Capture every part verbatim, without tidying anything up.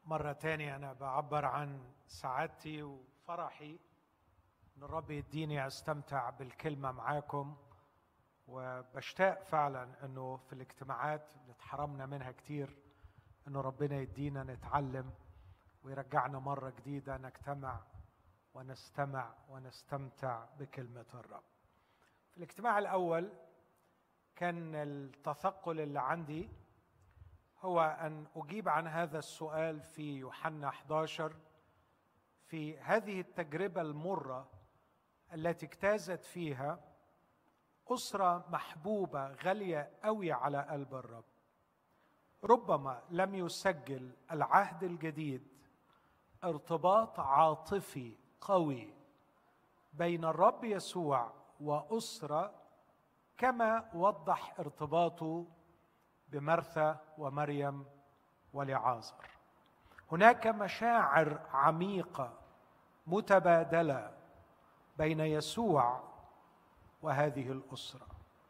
مرة تانية أنا بعبر عن سعادتي وفرحي إن الرب يديني أستمتع بالكلمة معاكم، وبشتاق فعلا إنه في الاجتماعات اللي اتحرمنا منها كتير إنه ربنا يدينا نتعلم ويرجعنا مرة جديدة نجتمع ونستمع ونستمتع بكلمة الرب. في الاجتماع الأول كان التثقل اللي عندي هو أن أجيب عن هذا السؤال في يوحنا أحد عشر، في هذه التجربة المرة التي اجتازت فيها أسرة محبوبة غالية قوي على قلب الرب. ربما لم يسجل العهد الجديد ارتباط عاطفي قوي بين الرب يسوع وأسرة كما وضح ارتباطه بمرثا ومريم ولعازر. هناك مشاعر عميقة متبادلة بين يسوع وهذه الأسرة.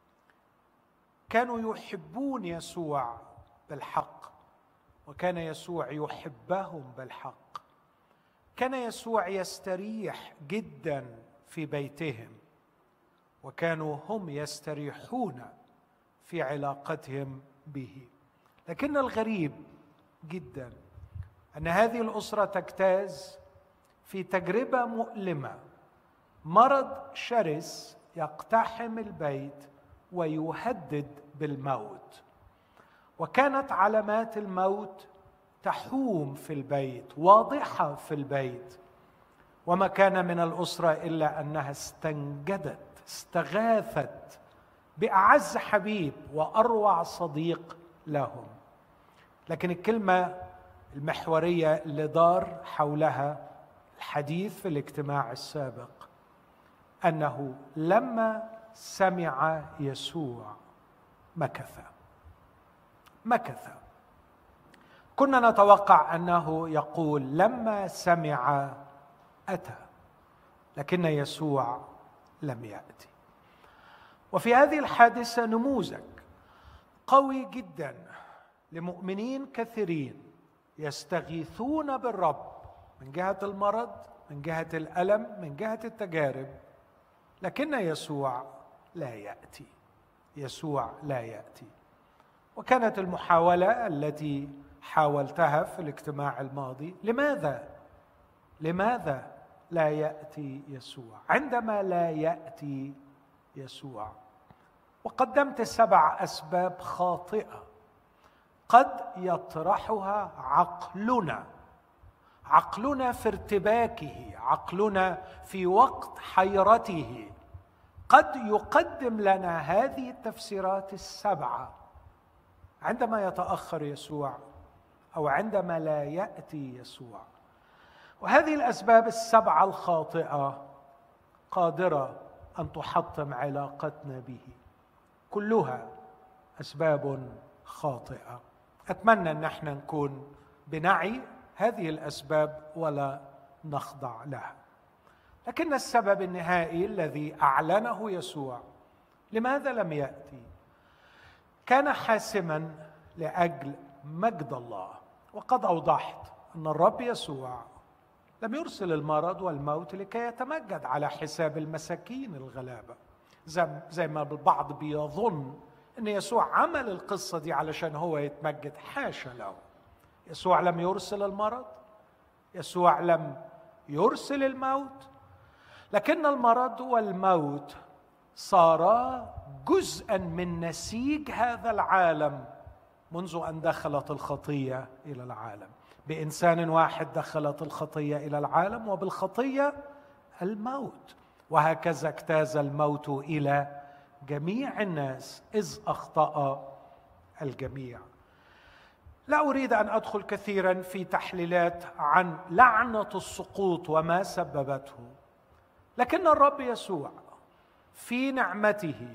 كانوا يحبون يسوع بالحق، وكان يسوع يحبهم بالحق. كان يسوع يستريح جدا في بيتهم، وكانوا هم يستريحون في علاقتهم به. لكن الغريب جدا أن هذه الأسرة تجتاز في تجربة مؤلمة، مرض شرس يقتحم البيت ويهدد بالموت، وكانت علامات الموت تحوم في البيت، واضحة في البيت، وما كان من الأسرة إلا أنها استنجدت استغاثت بأعز حبيب وأروع صديق لهم. لكن الكلمة المحورية اللي دار حولها الحديث في الاجتماع السابق أنه لما سمع يسوع مكث مكث كنا نتوقع أنه يقول لما سمع أتى، لكن يسوع لم يأتي. وفي هذه الحادثة نموذج قوي جدا لمؤمنين كثيرين يستغيثون بالرب من جهة المرض، من جهة الألم، من جهة التجارب، لكن يسوع لا يأتي. يسوع لا يأتي. وكانت المحاولة التي حاولتها في الاجتماع الماضي، لماذا؟ لماذا لا يأتي يسوع؟ عندما لا يأتي يسوع، وقدمت سبع أسباب خاطئة قد يطرحها عقلنا عقلنا في ارتباكه، عقلنا في وقت حيرته قد يقدم لنا هذه التفسيرات السبعة عندما يتأخر يسوع أو عندما لا يأتي يسوع. وهذه الأسباب السبعة الخاطئة قادرة أن تحطم علاقتنا به، كلها أسباب خاطئة. أتمنى أن احنا نكون بنعي هذه الأسباب ولا نخضع لها. لكن السبب النهائي الذي أعلنه يسوع لماذا لم يأتي كان حاسما لأجل مجد الله. وقد أوضحت أن الرب يسوع لم يرسل المرض والموت لكي يتمجد على حساب المساكين الغلابة، زي ما البعض بيظن أن يسوع عمل القصة دي علشان هو يتمجد. حاشا له. يسوع لم يرسل المرض، يسوع لم يرسل الموت، لكن المرض والموت صارا جزءا من نسيج هذا العالم منذ أن دخلت الخطية إلى العالم. بإنسان واحد دخلت الخطية إلى العالم، وبالخطية الموت، وهكذا اجتاز الموت إلى جميع الناس إذ أخطأ الجميع. لا أريد أن أدخل كثيرا في تحليلات عن لعنة السقوط وما سببته، لكن الرب يسوع في نعمته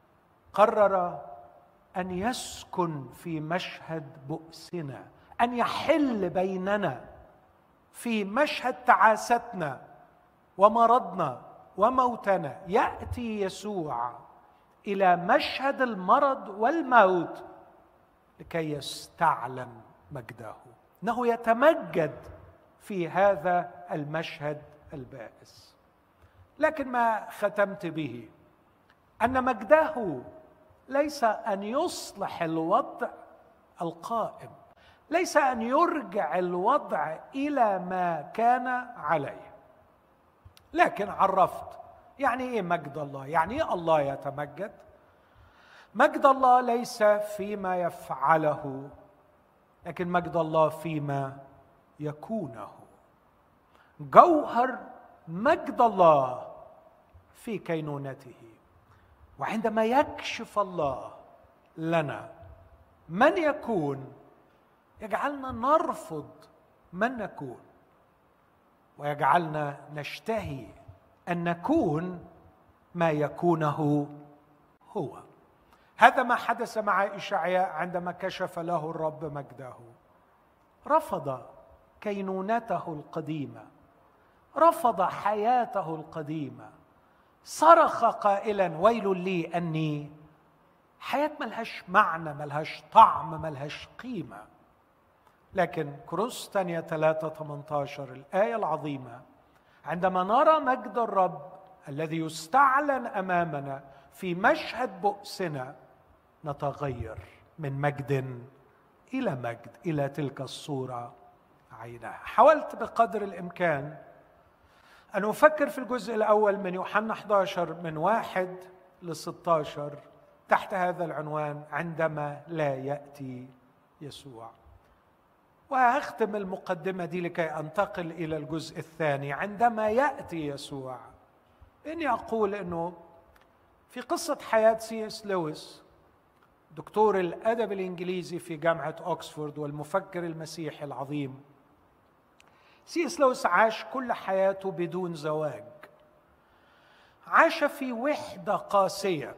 قرر أن يسكن في مشهد بؤسنا، أن يحل بيننا في مشهد تعاستنا ومرضنا وموتنا. يأتي يسوع إلى مشهد المرض والموت لكي يستعلن مجده. انه يتمجد في هذا المشهد البائس. لكن ما ختمت به ان مجده ليس ان يصلح الوضع القائم، ليس ان يرجع الوضع الى ما كان عليه. لكن عرفت يعني ايه مجد الله، يعني ايه الله يتمجد. مجد الله ليس فيما يفعله، لكن مجد الله فيما يكونه. جوهر مجد الله في كينونته. وعندما يكشف الله لنا من يكون، يجعلنا نرفض من نكون، ويجعلنا نشتهي أن نكون ما يكونه هو. هذا ما حدث مع إشعياء عندما كشف له الرب مجده. رفض كينونته القديمة، رفض حياته القديمة، صرخ قائلا ويل لي أني حياة ملهاش معنى، ملهاش طعم، ملهاش قيمة. لكن كورنثوس الثانية ثلاثة ثمانية عشر الآية العظيمة، عندما نرى مجد الرب الذي يستعلن أمامنا في مشهد بؤسنا، نتغير من مجد إلى مجد، إلى تلك الصورة عينها. حاولت بقدر الإمكان أن أفكر في الجزء الأول من يوحنا أحد عشر من واحد لستة عشر تحت هذا العنوان: عندما لا يأتي يسوع. وأختم المقدمة دي لكي أنتقل إلى الجزء الثاني: عندما يأتي يسوع. إني أقول أنه في قصة حياة سي اس لويس، دكتور الأدب الإنجليزي في جامعة أكسفورد والمفكر المسيحي العظيم، سي اس لويس عاش كل حياته بدون زواج، عاش في وحدة قاسية،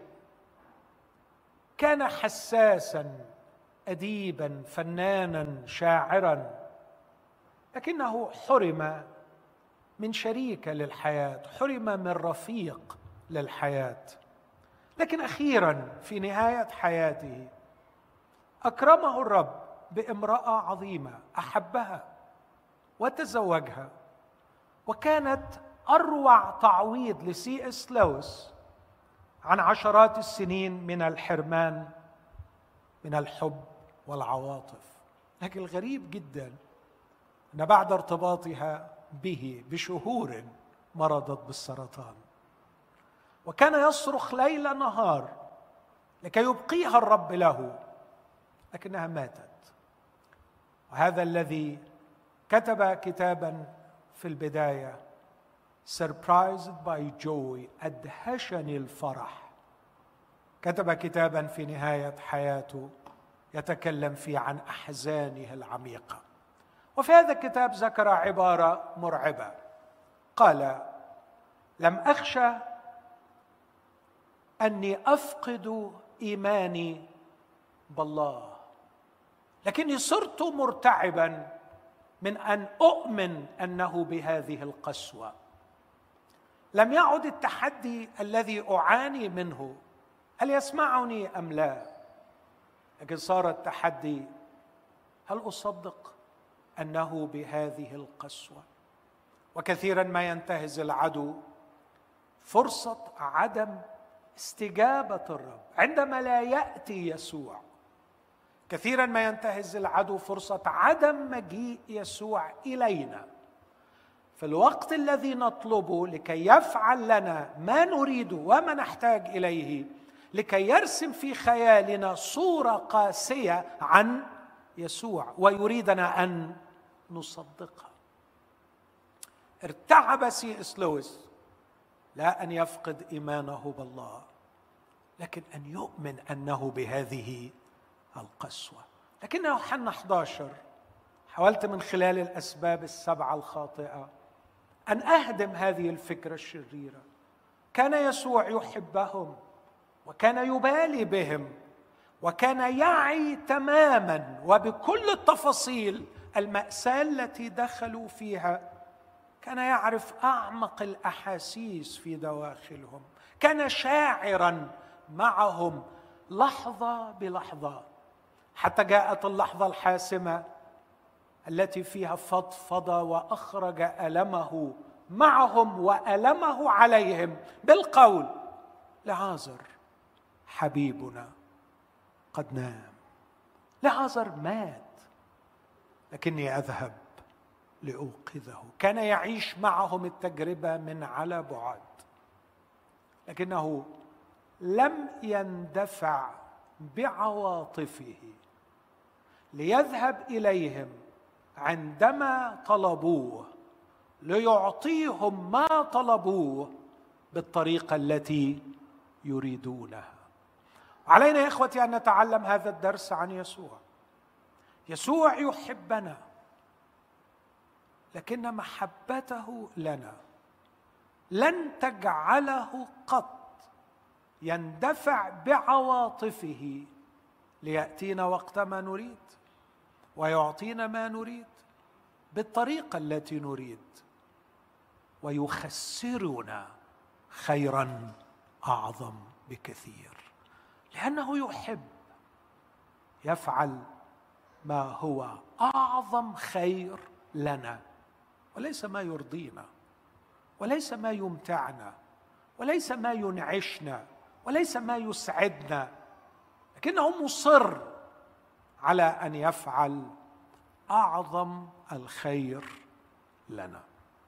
كان حساساً أديباً فناناً شاعراً، لكنه حرم من شريكة للحياة، حرم من رفيق للحياة. لكن أخيراً في نهاية حياته أكرمه الرب بامرأة عظيمة أحبها وتزوجها، وكانت أروع تعويض لسي اس لويس عن عشرات السنين من الحرمان من الحب والعواطف. لكن الغريب جدا أن بعد ارتباطها به بشهور مرضت بالسرطان، وكان يصرخ ليل نهار لكي يبقيها الرب له، لكنها ماتت. وهذا الذي كتب كتابا في البداية: Surprised by joy، أدهشني الفرح. كتب كتابا في نهاية حياته يتكلم فيه عن أحزانه العميقة. وفي هذا الكتاب ذكر عبارة مرعبة، قال: لم أخشى أني أفقد إيماني بالله، لكني صرت مرتعبا من أن أؤمن أنه بهذه القسوة. لم يعد التحدي الذي أعاني منه هل يسمعني أم لا، لكن صار التحدي هل أصدق أنه بهذه القسوة. وكثيرا ما ينتهز العدو فرصة عدم استجابة الرب عندما لا يأتي يسوع. كثيرا ما ينتهز العدو فرصة عدم مجيء يسوع إلينا في الوقت الذي نطلبه لكي يفعل لنا ما نريد وما نحتاج إليه، لكي يرسم في خيالنا صورة قاسية عن يسوع ويريدنا أن نصدقها. ارتعب سي اس لويس لا أن يفقد إيمانه بالله، لكن أن يؤمن أنه بهذه القسوة. لكن يوحنا أحد عشر حاولت من خلال الأسباب السبعة الخاطئة أن أهدم هذه الفكرة الشريرة. كان يسوع يحبهم، وكان يبالي بهم، وكان يعي تماما وبكل التفاصيل المأساة التي دخلوا فيها. كان يعرف أعمق الأحاسيس في دواخلهم، كان شاعرا معهم لحظة بلحظة، حتى جاءت اللحظة الحاسمة التي فيها فضفض وأخرج ألمه معهم وألمه عليهم بالقول: لعازر حبيبنا قد نام. لعازر مات لكني أذهب لأوقظه. كان يعيش معهم التجربة من على بعد، لكنه لم يندفع بعواطفه ليذهب إليهم عندما طلبوه ليعطيهم ما طلبوه بالطريقة التي يريدونها. علينا يا إخوتي أن نتعلم هذا الدرس عن يسوع. يسوع يحبنا، لكن محبته لنا لن تجعله قط يندفع بعواطفه ليأتينا وقتما نريد ويعطينا ما نريد بالطريقة التي نريد، ويخسرنا خيرا أعظم بكثير. لأنه يحب يفعل ما هو أعظم خير لنا، وليس ما يرضينا، وليس ما يمتعنا، وليس ما ينعشنا، وليس ما يسعدنا، لكنه مصر على أن يفعل أعظم الخير لنا.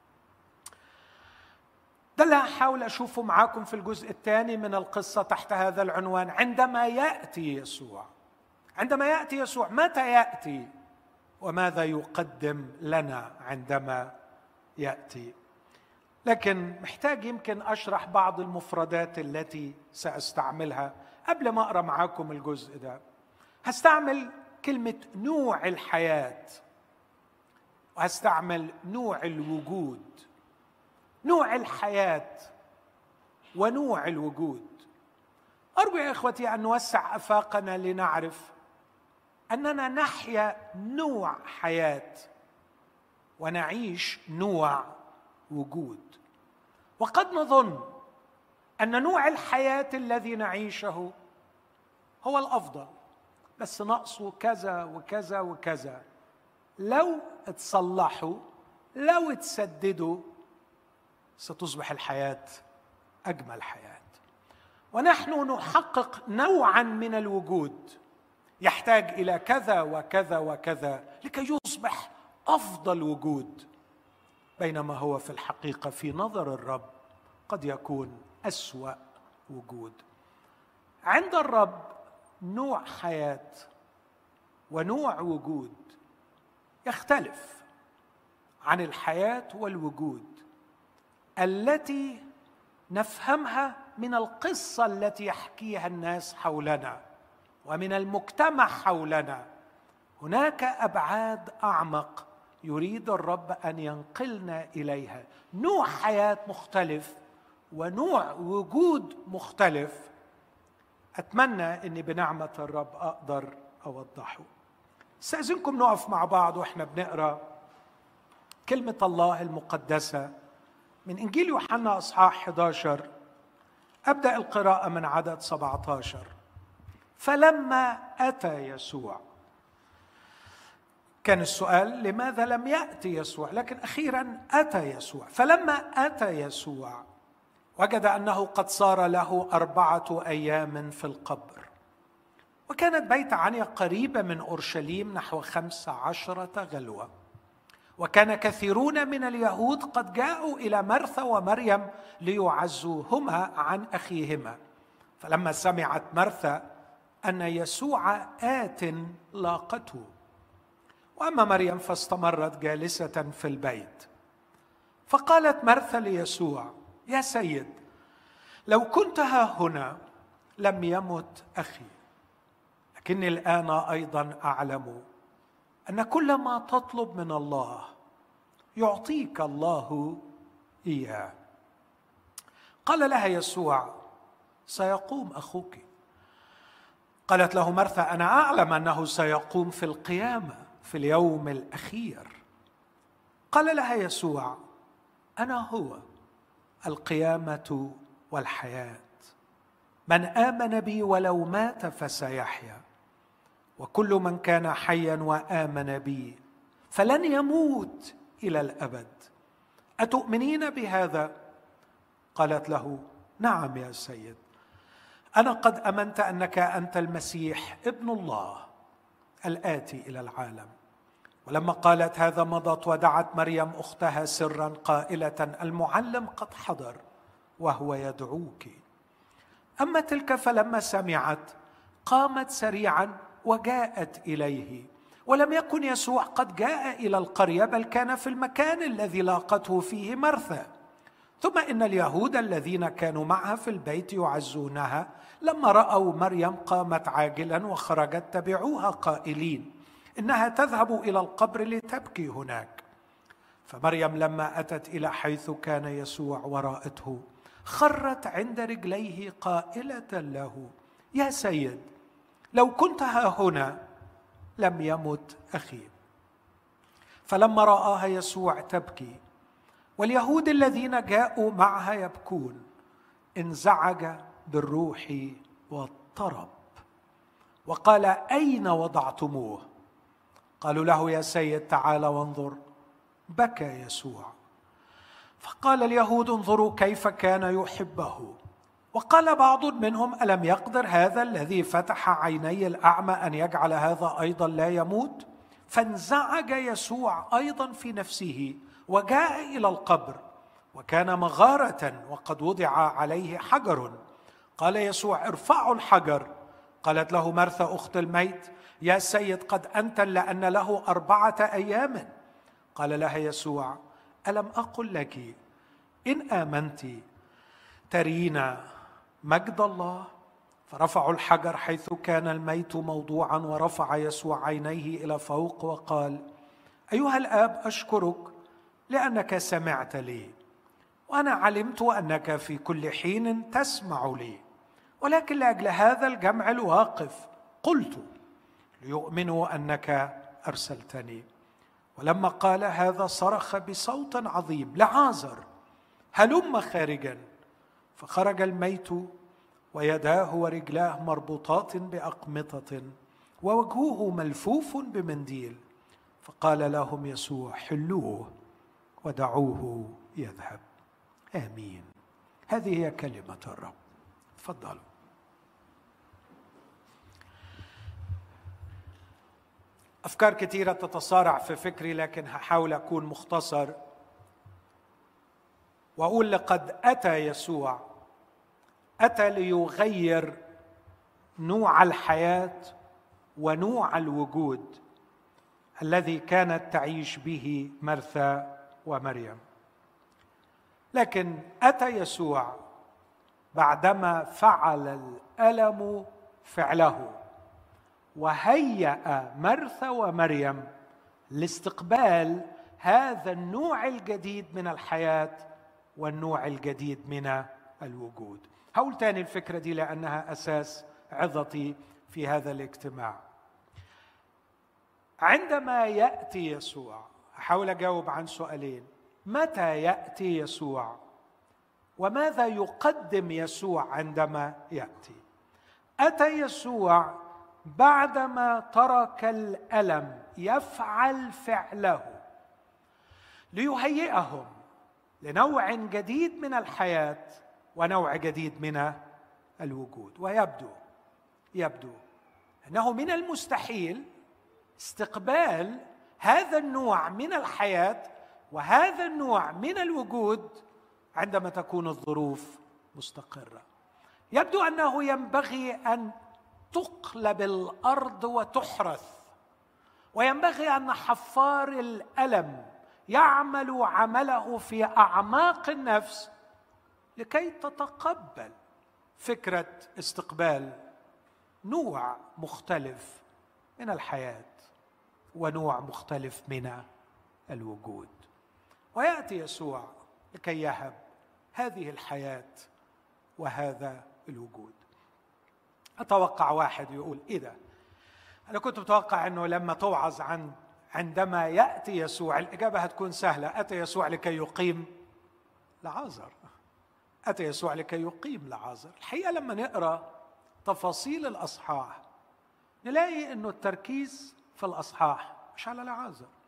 ده اللي هحاول أشوفه معاكم في الجزء الثاني من القصة تحت هذا العنوان: عندما يأتي يسوع. عندما يأتي يسوع، متى يأتي وماذا يقدم لنا عندما يأتي؟ لكن محتاج يمكن أشرح بعض المفردات التي سأستعملها قبل ما أقرأ معاكم الجزء ده. هستعمل كلمة نوع الحياة، وهستعمل نوع الوجود. نوع الحياة ونوع الوجود. أرجو يا إخوتي أن نوسع أفاقنا لنعرف أننا نحيا نوع حياة ونعيش نوع وجود. وقد نظن أن نوع الحياة الذي نعيشه هو الأفضل، بس نقصه كذا وكذا وكذا. لو اتصلحوا، لو تسددوا، ستصبح الحياة أجمل حياة. ونحن نحقق نوعا من الوجود يحتاج إلى كذا وكذا وكذا لكي يصبح أفضل وجود، بينما هو في الحقيقة في نظر الرب قد يكون أسوأ وجود. عند الرب نوع حياة ونوع وجود يختلف عن الحياة والوجود التي نفهمها من القصة التي يحكيها الناس حولنا ومن المجتمع حولنا. هناك أبعاد أعمق يريد الرب أن ينقلنا إليها، نوع حياة مختلف ونوع وجود مختلف. أتمنى أني بنعمة الرب أقدر أوضحه. استأذنكم نقف مع بعض وإحنا بنقرأ كلمة الله المقدسة من إنجيل يوحنا أصحاح إحدى عشر. أبدأ القراءة من عدد سبعة عشر. فلما أتى يسوع. كان السؤال لماذا لم يأتي يسوع، لكن أخيرا أتى يسوع. فلما أتى يسوع وجد أنه قد صار له أربعة أيام في القبر، وكانت بيت عنيا قريبة من أورشليم نحو خمس عشرة غلوة، وكان كثيرون من اليهود قد جاءوا إلى مرثا ومريم ليعزوهما عن أخيهما. فلما سمعت مرثا أن يسوع آت لاقته، وأما مريم فاستمرت جالسة في البيت. فقالت مرثا ليسوع: يا سيد، لو كنت ها هنا لم يمت أخي، لكني الآن أيضا أعلم أن كل ما تطلب من الله يعطيك الله إياه. قال لها يسوع: سيقوم أخوك. قالت له مرثا: أنا أعلم أنه سيقوم في القيامة في اليوم الأخير. قال لها يسوع: أنا هو القيامة والحياة، من آمن بي ولو مات فسيحيا، وكل من كان حيا وآمن بي فلن يموت إلى الأبد. أتؤمنين بهذا؟ قالت له: نعم يا سيد، أنا قد أمنت أنك أنت المسيح ابن الله الآتي إلى العالم. ولما قالت هذا مضت ودعت مريم أختها سرا قائلة: المعلم قد حضر وهو يدعوك. أما تلك فلما سمعت قامت سريعا وجاءت إليه. ولم يكن يسوع قد جاء إلى القرية، بل كان في المكان الذي لاقته فيه مرثا. ثم إن اليهود الذين كانوا معها في البيت يعزونها لما رأوا مريم قامت عاجلا وخرجت تبعوها قائلين: إنها تذهب إلى القبر لتبكي هناك. فمريم لما أتت إلى حيث كان يسوع ورأته خرت عند رجليه قائلة له: يا سيد، لو كنت ها هنا لم يمت أخي. فلما رآها يسوع تبكي واليهود الذين جاءوا معها يبكون انزعج بالروح واضطرب وقال: أين وضعتموه؟ قالوا له: يا سيد تعال وانظر. بكى يسوع. فقال اليهود: انظروا كيف كان يحبه. وقال بعض منهم: ألم يقدر هذا الذي فتح عيني الأعمى أن يجعل هذا أيضا لا يموت؟ فانزعج يسوع أيضا في نفسه وجاء إلى القبر، وكان مغارة وقد وضع عليه حجر. قال يسوع: ارفعوا الحجر. قالت له مرثا أخت الميت: يا سيد، قد أنتن لأن له أربعة أيام. قال لها يسوع: ألم أقل لك إن آمنت ترين مجد الله؟ فرفعوا الحجر حيث كان الميت موضوعا، ورفع يسوع عينيه إلى فوق وقال: أيها الآب، أشكرك لأنك سمعت لي، وأنا علمت أنك في كل حين تسمع لي، ولكن لأجل هذا الجمع الواقف قلت ليؤمنوا أنك أرسلتني. ولما قال هذا صرخ بصوت عظيم: لعازر هلم خارجا. فخرج الميت ويداه ورجلاه مربوطات بأقمطة ووجهه ملفوف بمنديل. فقال لهم يسوع: حلوه ودعوه يذهب. آمين. هذه هي كلمة الرب. تفضلوا. أفكار كثيرة تتصارع في فكري، لكن هحاول أكون مختصر وأقول: لقد أتى يسوع، أتى ليغير نوع الحياة ونوع الوجود الذي كانت تعيش به مرثا ومريم. لكن أتى يسوع بعدما فعل الألم فعله، وهيأ مرثا ومريم لاستقبال هذا النوع الجديد من الحياة والنوع الجديد من الوجود. هقول تاني الفكرة دي لأنها أساس عظتي في هذا الاجتماع. عندما يأتي يسوع، أحاول أجاوب عن سؤالين: متى يأتي يسوع؟ وماذا يقدم يسوع عندما يأتي؟ أتى يسوع بعدما ترك الألم يفعل فعله ليهيئهم لنوع جديد من الحياة ونوع جديد من الوجود. ويبدو يبدو أنه من المستحيل استقبال هذا النوع من الحياة وهذا النوع من الوجود عندما تكون الظروف مستقرة. يبدو أنه ينبغي أن تقلب الأرض وتحرث، وينبغي أن حفار الألم يعمل عمله في أعماق النفس لكي تتقبل فكرة استقبال نوع مختلف من الحياة ونوع مختلف من الوجود. ويأتي يسوع لكي يهب هذه الحياة وهذا الوجود. أتوقع واحد يقول: إيه ده؟ أنا كنت متوقع أنه لما توعظ عن عندما يأتي يسوع الإجابة هتكون سهلة. أتى يسوع لكي يقيم لعازر. أتى يسوع لكي يقيم لعازر. الحقيقة لما نقرأ تفاصيل الأصحاح نلاقي أنه التركيز في الأصحاح مش على لعازر،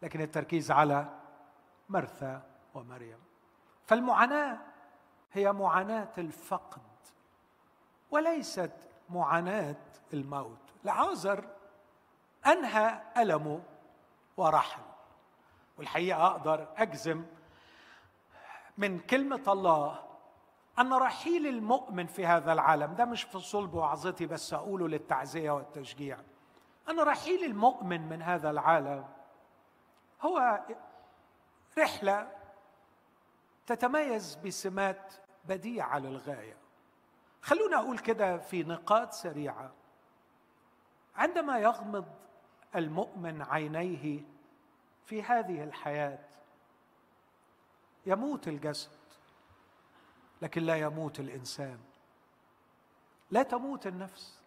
لكن التركيز على مرثا ومريم. فالمعاناة هي معاناة الفقد وليست معاناة الموت. لعازر أنهى ألمه ورحل، والحقيقة أقدر أجزم من كلمة الله أن رحيل المؤمن في هذا العالم، ده مش في صلب وعظتي بس أقوله للتعزية والتشجيع، أن رحيل المؤمن من هذا العالم هو رحلة تتميز بسمات بديعة للغاية. خلونا أقول كده في نقاط سريعة. عندما يغمض المؤمن عينيه في هذه الحياة يموت الجسد، لكن لا يموت الإنسان، لا تموت النفس،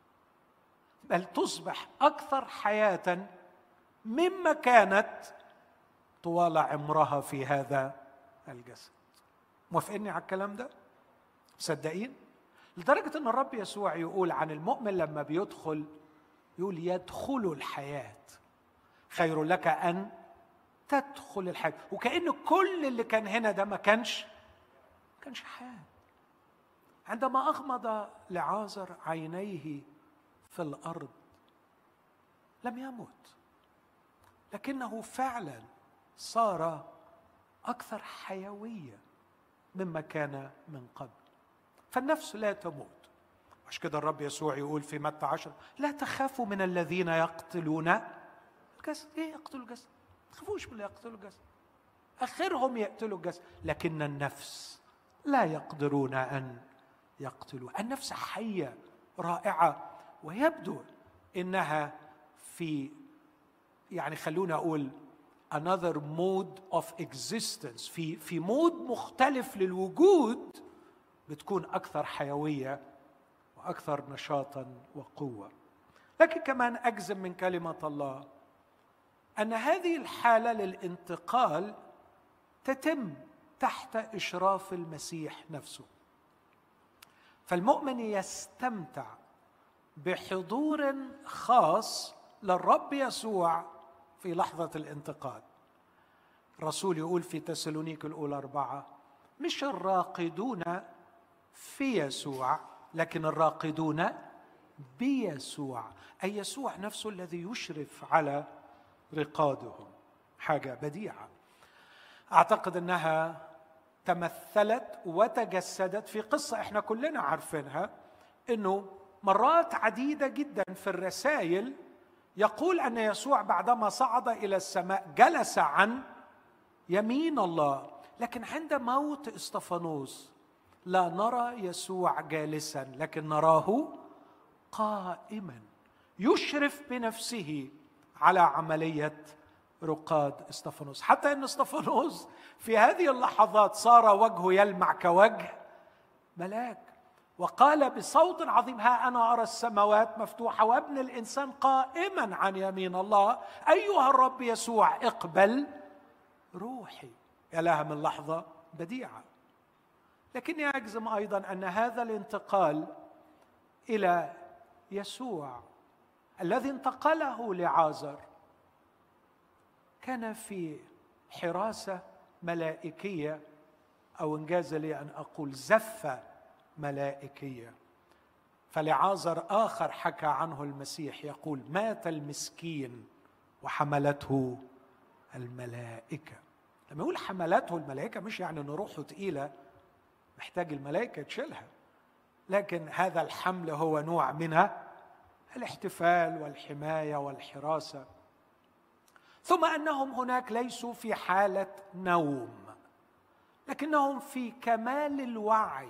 بل تصبح أكثر حياة مما كانت طوال عمرها في هذا الجسد. موافقيني على الكلام ده؟ مصدقين؟ لدرجة أن الرب يسوع يقول عن المؤمن لما بيدخل، يقول يدخل الحياة، خير لك أن تدخل الحياة. وكأن كل اللي كان هنا ده ما كانش ما كانش حياة. عندما أغمض لعازر عينيه في الأرض لم يمت، لكنه فعلا صار أكثر حيوية مما كان من قبل. فالنفس لا تموت. مش كده الرب يسوع يقول في متى عشرة لا تخافوا من الذين يقتلون الجسد. ايه يقتلوا الجسد؟ ما تخافوش من اللي يقتلوا الجسد، اخرهم يقتلوا الجسد، لكن النفس لا يقدرون ان يقتلوا. النفس حية رائعة، ويبدو انها في يعني خلونا اقول another mode of existence، في في مود مختلف للوجود، بتكون أكثر حيوية وأكثر نشاطاً وقوة. لكن كمان أجزم من كلمة الله أن هذه الحالة للانتقال تتم تحت إشراف المسيح نفسه. فالمؤمن يستمتع بحضور خاص للرب يسوع في لحظة الانتقال. الرسول يقول في تسالونيك الأولى أربعة مش الراقدون في يسوع لكن الراقدون بيسوع، أي يسوع نفسه الذي يشرف على رقادهم. حاجة بديعة. أعتقد أنها تمثلت وتجسدت في قصة إحنا كلنا عارفينها، أنه مرات عديدة جدا في الرسائل يقول أن يسوع بعدما صعد إلى السماء جلس عن يمين الله، لكن عند موت اسطفانوس لا نرى يسوع جالسا لكن نراه قائما يشرف بنفسه على عملية رقاد اسطفانوس، حتى أن اسطفانوس في هذه اللحظات صار وجهه يلمع كوجه ملاك، وقال بصوت عظيم ها أنا أرى السماوات مفتوحة وابن الإنسان قائما عن يمين الله، أيها الرب يسوع اقبل روحي. يا لها من لحظة بديعة. لكني أجزم أيضا أن هذا الانتقال إلى يسوع الذي انتقله لعازر كان في حراسة ملائكية، أو إنجاز لي أن أقول زفة ملائكية. فلعازر آخر حكى عنه المسيح يقول مات المسكين وحملته الملائكة. لما يقول حملته الملائكة مش يعني أن روحه تقيلة محتاج الملائكة تشيلها، لكن هذا الحمل هو نوع من الاحتفال والحماية والحراسة. ثم أنهم هناك ليسوا في حالة نوم، لكنهم في كمال الوعي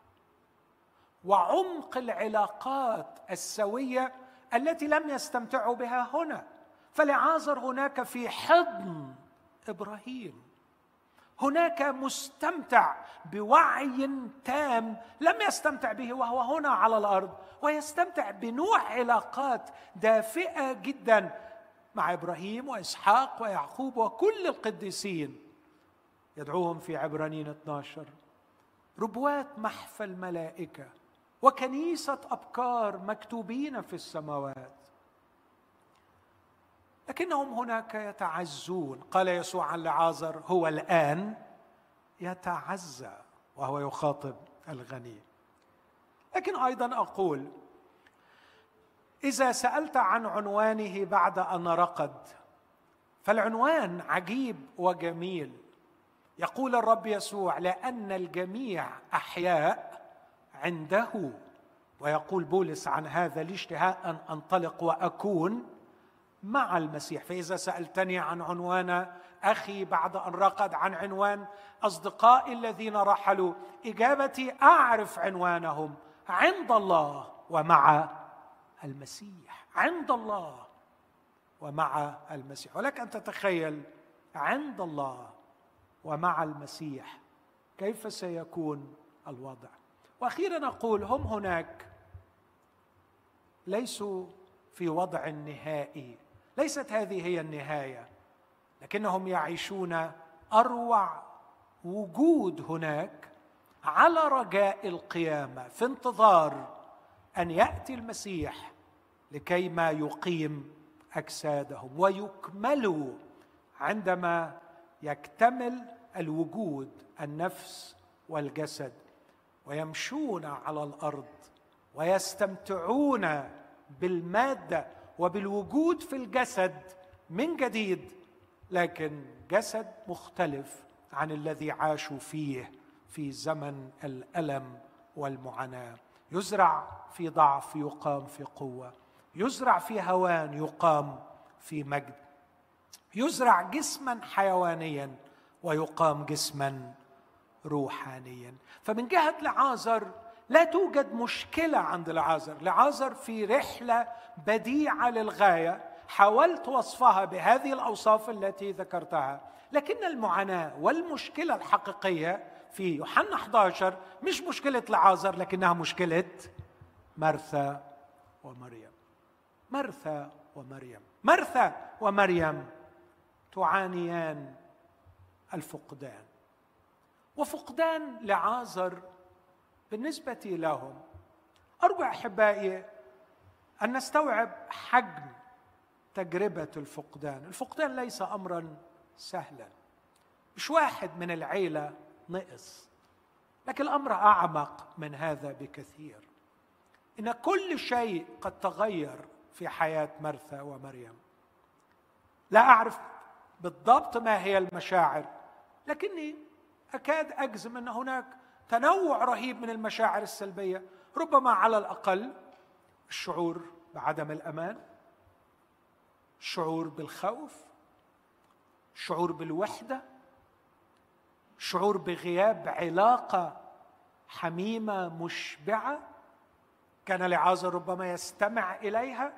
وعمق العلاقات السوية التي لم يستمتعوا بها هنا. فلعازر هناك في حضن إبراهيم، هناك مستمتع بوعي تام لم يستمتع به وهو هنا على الأرض، ويستمتع بنوع علاقات دافئة جدا مع إبراهيم وإسحاق ويعقوب وكل القديسين. يدعوهم في عبرانيين اثنا عشر ربوات محفى الملائكة وكنيسة أبكار مكتوبين في السماوات. لكنهم هناك يتعزون. قال يسوع عن لعازر: هو الآن يتعزى، وهو يخاطب الغني. لكن أيضا أقول: إذا سألت عن عنوانه بعد أن رقد، فالعنوان عجيب وجميل. يقول الرب يسوع: لأن الجميع أحياء عنده. ويقول بولس عن هذا: لي اشتهاء أن أنطلق وأكون مع المسيح. فإذا سألتني عن عنوان أخي بعد أن رقد، عن عنوان أصدقائي الذين رحلوا، إجابتي: أعرف عنوانهم عند الله ومع المسيح. عند الله ومع المسيح. ولك أن تتخيل عند الله ومع المسيح كيف سيكون الوضع. وأخيرا أقول: هم هناك ليسوا في وضع نهائي، ليست هذه هي النهاية، لكنهم يعيشون أروع وجود هناك على رجاء القيامة، في انتظار أن يأتي المسيح لكي ما يقيم أجسادهم ويكملوا عندما يكتمل الوجود، النفس والجسد، ويمشون على الأرض ويستمتعون بالمادة وبالوجود في الجسد من جديد، لكن جسد مختلف عن الذي عاشوا فيه في زمن الألم والمعاناة. يزرع في ضعف يقام في قوة، يزرع في هوان يقام في مجد، يزرع جسما حيوانيا ويقام جسما روحانيا. فمن جهة لعازر لا توجد مشكلة عند لعازر. لعازر في رحلة بديعة للغاية، حاولت وصفها بهذه الأوصاف التي ذكرتها، لكن المعاناة والمشكلة الحقيقية في يوحنا أحد عشر مش مشكلة لعازر، لكنها مشكلة مرثا ومريم. مرثا ومريم مرثا ومريم تعانيان الفقدان، وفقدان لعازر بالنسبة لهم. أرجو أحبائي أن نستوعب حجم تجربة الفقدان. الفقدان ليس أمرا سهلا، مش واحد من العيلة نقص، لكن الأمر أعمق من هذا بكثير. إن كل شيء قد تغير في حياة مرثا ومريم. لا أعرف بالضبط ما هي المشاعر، لكني أكاد أجزم أن هناك تنوع رهيب من المشاعر السلبية. ربما على الأقل الشعور بعدم الأمان، الشعور بالخوف، الشعور بالوحدة، الشعور بغياب علاقة حميمة مشبعة كان لعازر ربما يستمع إليها،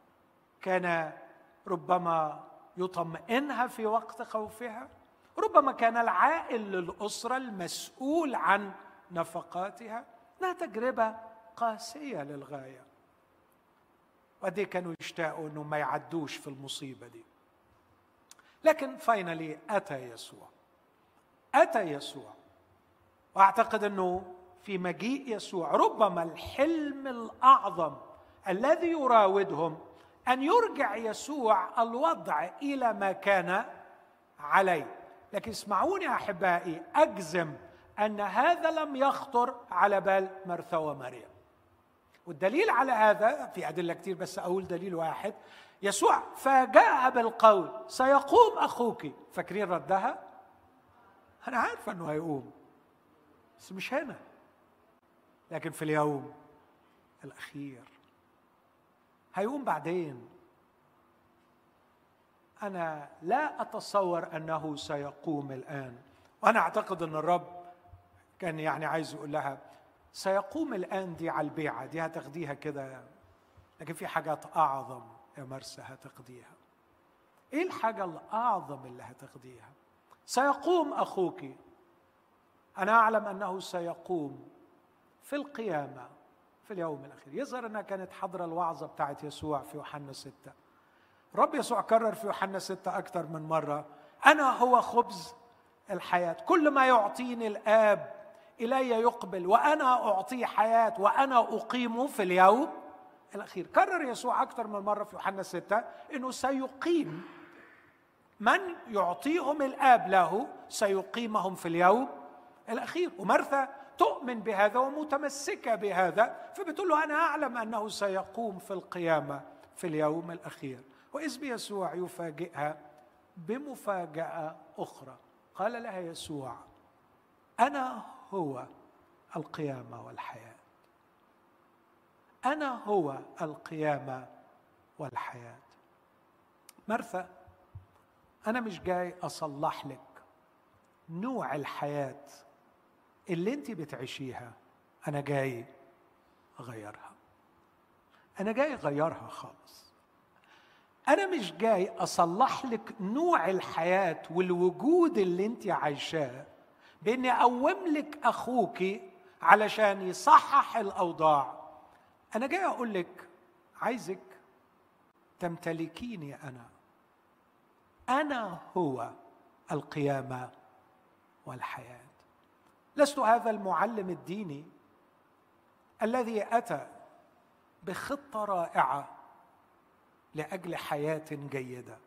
كان ربما يطمئنها في وقت خوفها، ربما كان العائل للأسرة المسؤول عن نفقاتها. إنها تجربة قاسية للغاية، ودي كانوا يشتاقوا أنهم ما يعدوش في المصيبة دي. لكن فاينالي أتى يسوع أتى يسوع وأعتقد أنه في مجيء يسوع ربما الحلم الأعظم الذي يراودهم أن يرجع يسوع الوضع إلى ما كان عليه. لكن اسمعوني أحبائي، أجزم أن هذا لم يخطر على بال مرثا ومريم. والدليل على هذا في أدلة كتير، بس أقول دليل واحد. يسوع فاجأها بالقول: سيقوم أخوك. فاكرين ردها؟ أنا عارفة أنه هيقوم، بس مش هنا، لكن في اليوم الأخير هيقوم. بعدين أنا لا أتصور أنه سيقوم الآن. وأنا أعتقد أن الرب كان يعني عايز يقول لها سيقوم الآن، دي على البيعة دي هتاخديها كده، لكن في حاجات أعظم يا مرسى هتاخديها. إيه الحاجة الأعظم اللي هتاخديها؟ سيقوم أخوك. أنا أعلم أنه سيقوم في القيامة في اليوم الأخير. يظهر أنها كانت حضر الوعظة بتاعت يسوع في يوحنا ستة. رب يسوع كرر في يوحنا ستة أكثر من مرة: أنا هو خبز الحياة، كل ما يعطيني الآب إلي يقبل، وأنا أعطيه حياة، وأنا أقيمه في اليوم الأخير. كرر يسوع أكثر من مرة في يوحنا ستة إنه سيقيم من يعطيهم الآب له، سيقيمهم في اليوم الأخير. ومرثا تؤمن بهذا ومتمسكة بهذا، فبتقول له أنا أعلم أنه سيقوم في القيامة في اليوم الأخير. وإذ بيسوع يفاجئها بمفاجأة أخرى، قال لها يسوع أنا هو القيامة والحياة. أنا هو القيامة والحياة. مرثا، أنا مش جاي أصلح لك نوع الحياة اللي أنت بتعيشيها، أنا جاي أغيرها. أنا جاي أغيرها خالص. أنا مش جاي أصلح لك نوع الحياة والوجود اللي أنت عايشاه بإني أقوم لك أخوك علشان يصحح الأوضاع. أنا جاي أقول لك عايزك تمتلكيني أنا. أنا هو القيامة والحياة. لست هذا المعلم الديني الذي أتى بخطة رائعة لأجل حياة جيدة،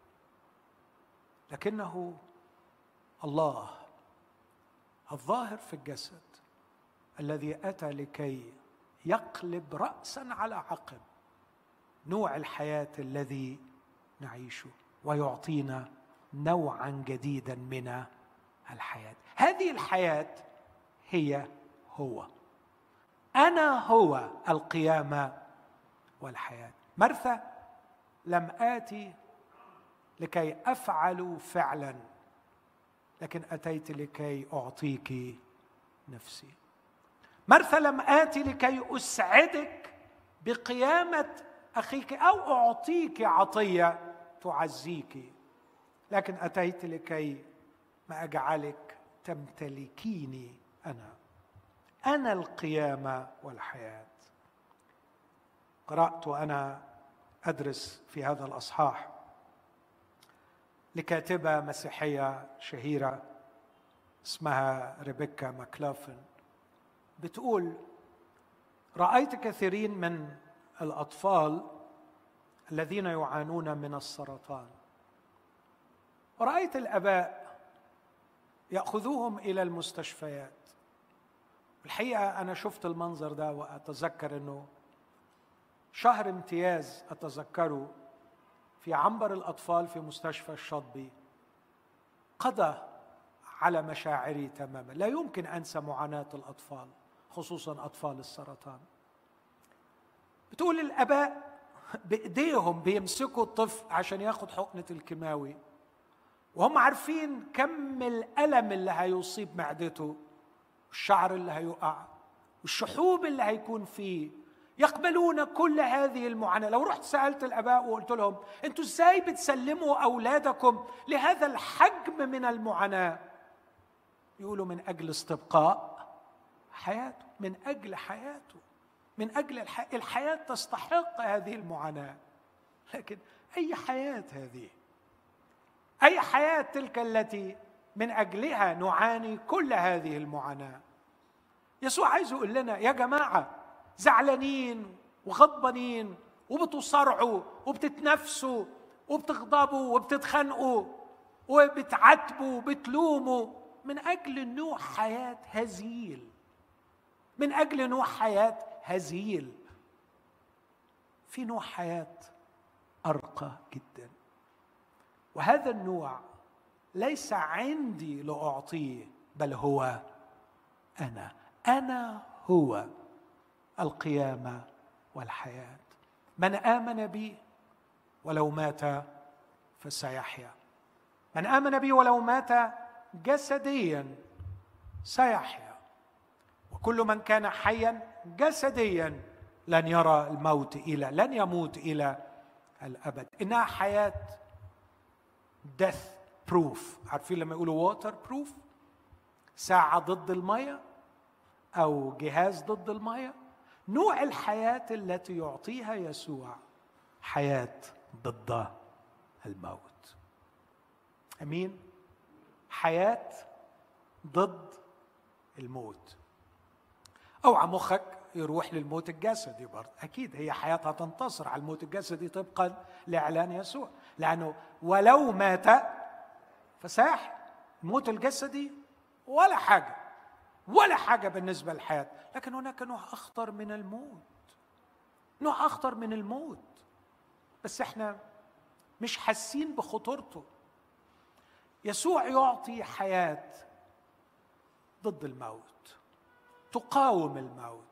لكنه الله الظاهر في الجسد الذي أتى لكي يقلب رأسا على عقب نوع الحياة الذي نعيشه ويعطينا نوعا جديدا من الحياة. هذه الحياة هي هو. أنا هو القيامة والحياة. مرثا، لم آتي لكي أفعل فعلا، لكن أتيت لكي أعطيك نفسي. مرثا، لم آتي لكي أسعدك بقيامة أخيك أو أعطيك عطية تعزيك، لكن أتيت لكي ما أجعلك تمتلكيني أنا. أنا القيامة والحياة. قرأت وأنا أدرس في هذا الأصحاح لكاتبة مسيحية شهيرة اسمها ريبيكا ماكلافن، بتقول: رأيت كثيرين من الأطفال الذين يعانون من السرطان، ورأيت الآباء يأخذوهم إلى المستشفيات. الحقيقة أنا شفت المنظر ده وأتذكر أنه شهر امتياز أتذكره في عنبر الأطفال في مستشفى الشاطبي قضى على مشاعري تماما. لا يمكن أنسى معاناة الأطفال، خصوصا أطفال السرطان. بتقول الآباء بإيديهم بيمسكوا الطفل عشان ياخد حقنة الكيماوي، وهم عارفين كم الألم اللي هيصيب معدته، والشعر اللي هيقع، والشحوب اللي هيكون فيه. يقبلون كل هذه المعاناة. لو رحت سألت الآباء وقلت لهم أنتوا إزاي بتسلموا أولادكم لهذا الحجم من المعاناة، يقولوا من أجل استبقاء حياته، من أجل حياته، من أجل الح... الحياة تستحق هذه المعاناة. لكن أي حياة هذه؟ أي حياة تلك التي من أجلها نعاني كل هذه المعاناة؟ يسوع عايز يقول لنا يا جماعة، زعلانين وغضبانين وبتصارعوا وبتتنافسوا وبتغضبوا وبتتخانقوا وبتعاتبوا وبتلوموا من أجل نوع حياة هزيل، من أجل نوع حياة هزيل. في نوع حياة أرقى جدا، وهذا النوع ليس عندي لأعطيه، بل هو أنا. أنا هو القيامة والحياة. من آمن بي ولو مات فسيحيا. من آمن بي ولو مات جسديا سيحيا. وكل من كان حيا جسديا لن يرى الموت إلى لن يموت إلى الأبد. إنها حياة death proof. عارفين لما يقولوا water proof، ساعة ضد المية أو جهاز ضد المية؟ نوع الحياة التي يعطيها يسوع حياة ضد الموت. أمين؟ حياة ضد الموت. اوعى مخك يروح للموت الجسدي برضه، أكيد هي حياتها تنتصر على الموت الجسدي طبقا لإعلان يسوع، لأنه ولو مات فساح. الموت الجسدي ولا حاجة، ولا حاجة بالنسبة للحياة، لكن هناك نوع أخطر من الموت، نوع أخطر من الموت، بس إحنا مش حاسين بخطورته. يسوع يعطي حياة ضد الموت، تقاوم الموت،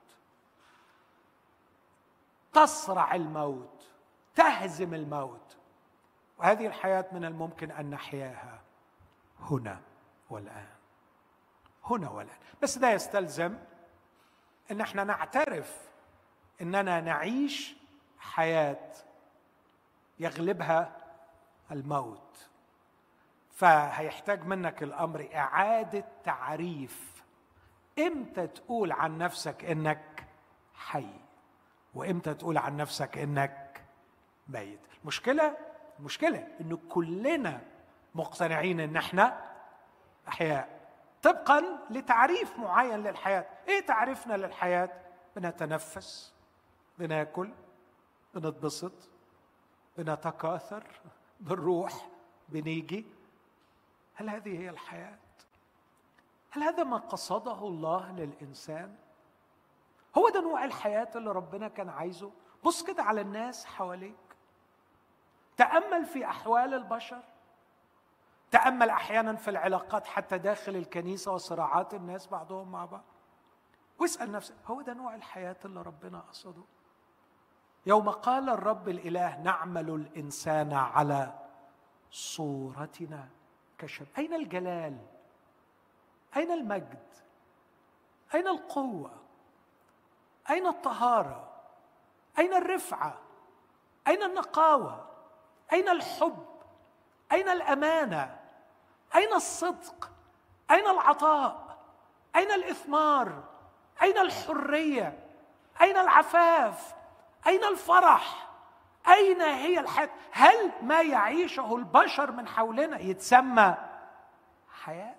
تصرع الموت، تهزم الموت، وهذه الحياة من الممكن أن نحياها هنا والآن، هنا والآن. بس ده يستلزم أن احنا نعترف أننا نعيش حياة يغلبها الموت، فهيحتاج منك الأمر إعادة تعريف. إمتى تقول عن نفسك إنك حي، وإمتى تقول عن نفسك إنك ميت؟ المشكلة المشكلة إنه كلنا مقتنعين إن إحنا أحياء طبقاً لتعريف معين للحياة. إيه تعريفنا للحياة؟ بنتنفس، بناكل، بنتبسط، بنتكاثر، بنروح، بنيجي. هل هذه هي الحياة؟ هل هذا ما قصده الله للإنسان؟ هو ده نوع الحياة اللي ربنا كان عايزه؟ بص كده على الناس حواليك، تأمل في أحوال البشر، تأمل أحيانا في العلاقات حتى داخل الكنيسة وصراعات الناس بعضهم مع بعض، واسأل نفسك هو ده نوع الحياة اللي ربنا قصده؟ يوم قال الرب الإله نعمل الإنسان على صورتنا كشبه، أين الجلال؟ أين المجد؟ أين القوة؟ أين الطهارة؟ أين الرفعة؟ أين النقاوة؟ أين الحب؟ أين الأمانة؟ أين الصدق؟ أين العطاء؟ أين الإثمار؟ أين الحرية؟ أين العفاف؟ أين الفرح؟ أين هي الحياة؟ هل ما يعيشه البشر من حولنا يتسمى حياة؟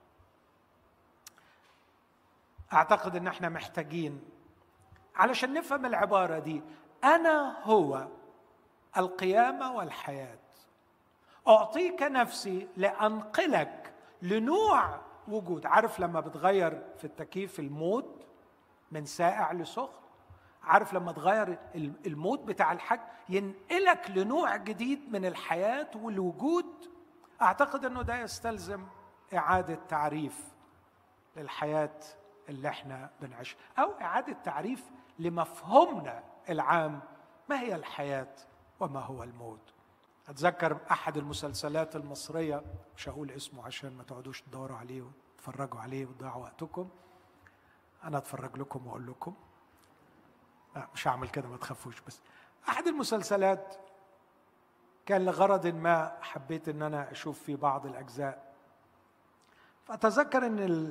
أعتقد أن احنا محتاجين علشان نفهم العبارة دي، أنا هو القيامة والحياة، أعطيك نفسي لأنقلك لنوع وجود. عارف لما بتغير في التكييف المود من ساقع لسخن؟ عارف لما تغير المود بتاع الحاج ينقلك لنوع جديد من الحياة والوجود؟ أعتقد أنه ده يستلزم إعادة تعريف للحياة اللي احنا بنعيشها، أو إعادة تعريف لمفهومنا العام، ما هي الحياة وما هو الموت. أتذكر أحد المسلسلات المصرية، مش هقول اسمه عشان ما تقعدوش تدوروا عليه وتفرجوا عليه وتضيعوا وقتكم، أنا أتفرج لكم وأقول لكم، لا مش هعمل كده ما تخافوش. بس أحد المسلسلات كان لغرض ما حبيت أن أنا أشوف في بعض الأجزاء، فأتذكر أن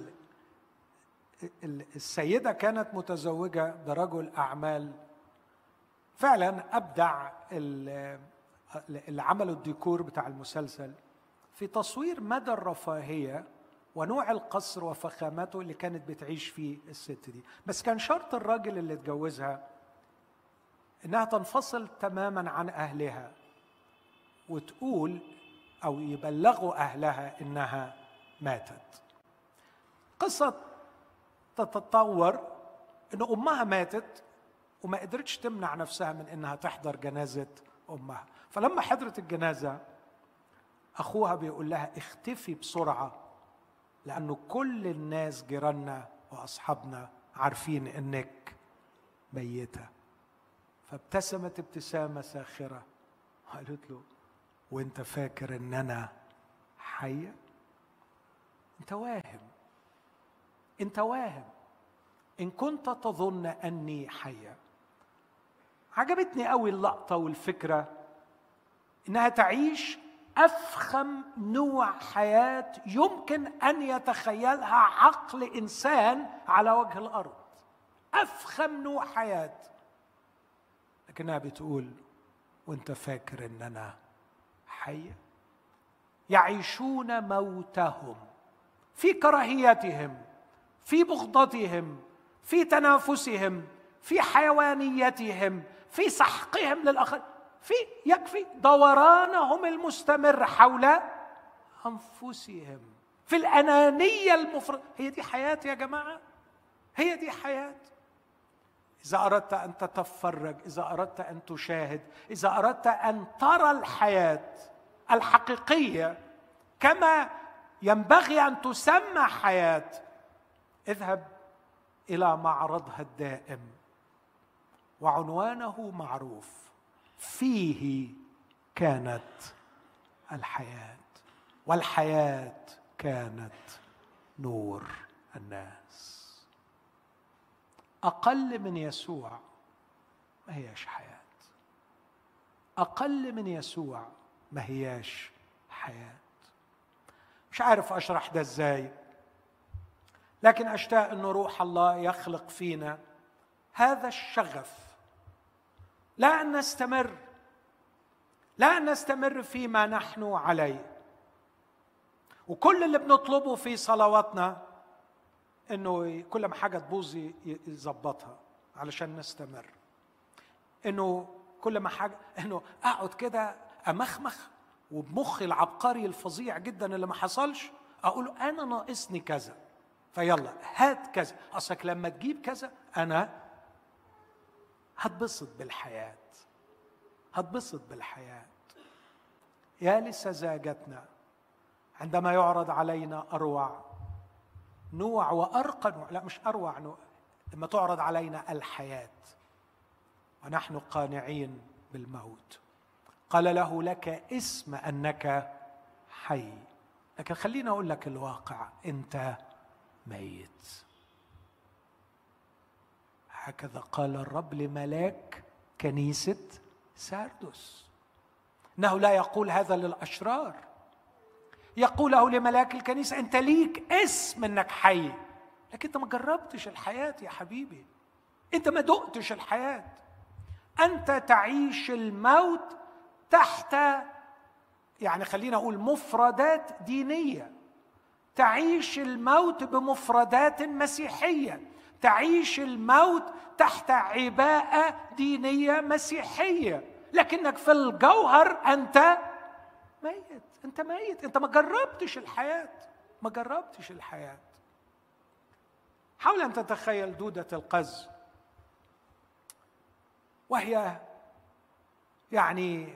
السيدة كانت متزوجة برجل أعمال فعلا أبدع اللي عملوا الديكور بتاع المسلسل في تصوير مدى الرفاهية ونوع القصر وفخامته اللي كانت بتعيش فيه الست دي. بس كان شرط الراجل اللي اتجوزها إنها تنفصل تماما عن أهلها وتقول أو يبلغوا أهلها إنها ماتت. قصة تتطور إن أمها ماتت وما قدرتش تمنع نفسها من إنها تحضر جنازة أمها، فلما حضرت الجنازة أخوها بيقول لها اختفي بسرعة لأنه كل الناس جيراننا وأصحابنا عارفين إنك ميتة. فابتسمت ابتسامة ساخرة وقالت له وانت فاكر إن أنا حية؟ انت واهم، انت واهم إن كنت تظن أني حية. عجبتني قوي اللقطة والفكرة إنها تعيش أفخم نوع حياة يمكن أن يتخيلها عقل إنسان على وجه الأرض، أفخم نوع حياة، لكنها بتقول وانت فاكر إن أنا حية. يعيشون موتهم في كراهيتهم، في بغضتهم، في تنافسهم، في حيوانيتهم، في سحقهم للآخر، في يكفي دورانهم المستمر حول أنفسهم، في الأنانية المفرطة. هي دي حياة يا جماعة، هي دي حياة. إذا أردت أن تتفرج، إذا أردت أن تشاهد، إذا أردت أن ترى الحياة الحقيقية كما ينبغي أن تسمى حياة، اذهب إلى معرضها الدائم، وعنوانه معروف: فيه كانت الحياة، والحياة كانت نور الناس. أقل من يسوع ما هياش حياة، أقل من يسوع ما هياش حياة. مش عارف أشرح ده إزاي، لكن أشتاق أن روح الله يخلق فينا هذا الشغف، لا أن نستمر لا أن نستمر فيما نحن عليه. وكل اللي بنطلبه في صلواتنا إنه كل ما حاجة تبوظ يظبطها علشان نستمر، إنه كل ما حاجة إنه أقعد كده أمخمخ وبمخي العبقري الفظيع جدا اللي ما حصلش أقول أنا ناقصني كذا، فيلا هات كذا، أصلك لما تجيب كذا أنا هتبسط بالحياة، هتبسط بالحياة. يا لسذاجتنا عندما يعرض علينا أروع نوع وأرقى نوع، لا مش أروع نوع، لما تعرض علينا الحياة ونحن قانعين بالموت. قال له: لك اسم أنك حي، لكن خليني أقول لك الواقع، أنت ميت. هكذا قال الرب لملاك كنيسة ساردس، إنه لا يقول هذا للأشرار، يقوله لملاك الكنيسة: أنت ليك اسم أنك حي، لكن أنت ما جربتش الحياة يا حبيبي، أنت ما دقتش الحياة. أنت تعيش الموت تحت، يعني خلينا أقول مفردات دينية، تعيش الموت بمفردات مسيحية، تعيش الموت تحت عباءة دينية مسيحية، لكنك في الجوهر أنت ميت، أنت ميت، أنت ما جربتش الحياة، ما جربتش الحياة. حاول أن تتخيل دودة القز وهي يعني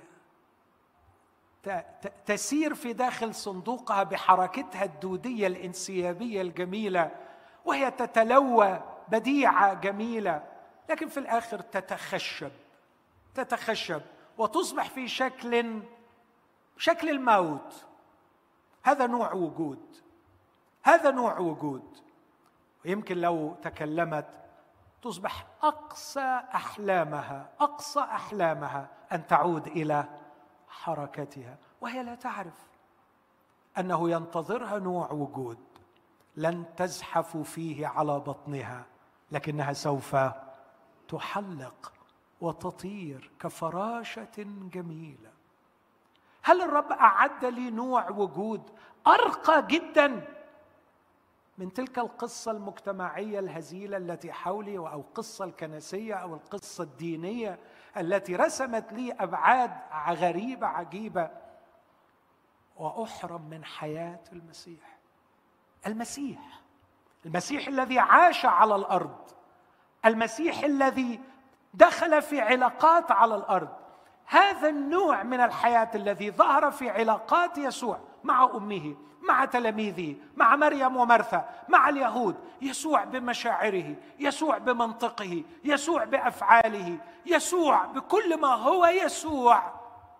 تسير في داخل صندوقها بحركتها الدودية الانسيابية الجميلة، وهي تتلوى بديعة جميلة، لكن في الآخر تتخشب تتخشب وتصبح في شكل شكل الموت. هذا نوع وجود، هذا نوع وجود. ويمكن لو تكلمت تصبح أقصى أحلامها أقصى أحلامها أن تعود إلى حركتها، وهي لا تعرف أنه ينتظرها نوع وجود لن تزحف فيه على بطنها، لكنها سوف تحلق وتطير كفراشة جميلة. هل الرب أعد لي نوع وجود أرقى جدا من تلك القصة المجتمعية الهزيلة التي حولي، أو القصة الكنسية أو القصة الدينية التي رسمت لي أبعاد غريبة عجيبة، وأحرم من حياة المسيح؟ المسيح المسيح الذي عاش على الأرض، المسيح الذي دخل في علاقات على الأرض، هذا النوع من الحياة الذي ظهر في علاقات يسوع مع أمه، مع تلاميذه، مع مريم ومرثا، مع اليهود، يسوع بمشاعره، يسوع بمنطقه، يسوع بأفعاله، يسوع بكل ما هو يسوع،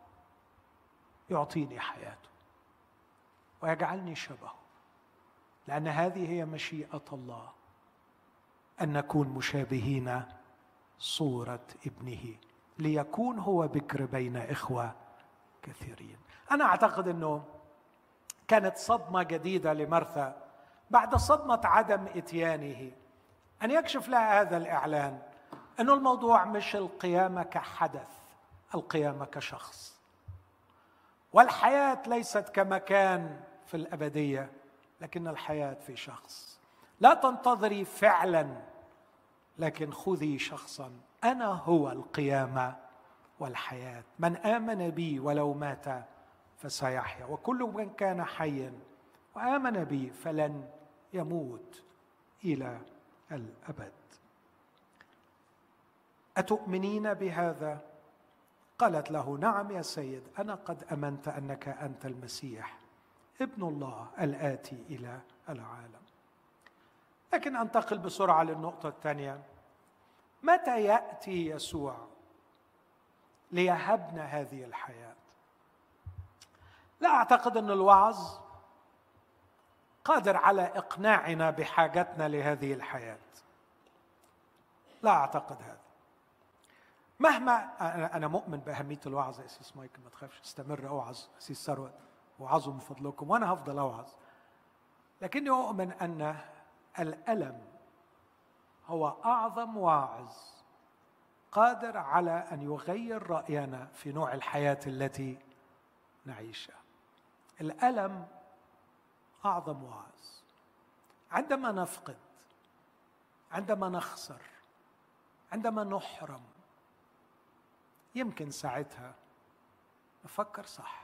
يعطيني حياته ويجعلني شبهه، لأن هذه هي مشيئة الله، أن نكون مشابهين صورة ابنه ليكون هو بكر بين إخوة كثيرين. أنا أعتقد أنه كانت صدمة جديدة لمرثا بعد صدمة عدم إتيانه، أن يكشف لها هذا الإعلان أنه الموضوع مش القيامة كحدث، القيامة كشخص، والحياة ليست كمكان في الأبدية، لكن الحياة في شخص. لا تنتظري فعلا لكن خذي شخصا أنا هو القيامة والحياة، من آمن بي ولو مات فسيحيا، وكل من كان حيا وآمن بي فلن يموت إلى الأبد. أتؤمنين بهذا؟ قالت له: نعم يا سيد، أنا قد آمنت أنك أنت المسيح ابن الله الآتي إلى العالم. لكن أنتقل بسرعة للنقطة الثانية. متى يأتي يسوع ليهبنا هذه الحياة؟ لا أعتقد أن الوعظ قادر على إقناعنا بحاجتنا لهذه الحياة، لا أعتقد هذا. مهما أنا مؤمن بأهمية الوعظ يا أسيس مايكل، ما تخافش، استمر أوعظ أسيس ثروت، وعظوا من فضلكم وأنا هفضل أوعظ، لكني أؤمن أن الألم هو أعظم واعظ قادر على أن يغير رأينا في نوع الحياة التي نعيشها. الألم أعظم واعظ. عندما نفقد، عندما نخسر، عندما نحرم، يمكن ساعتها نفكر صح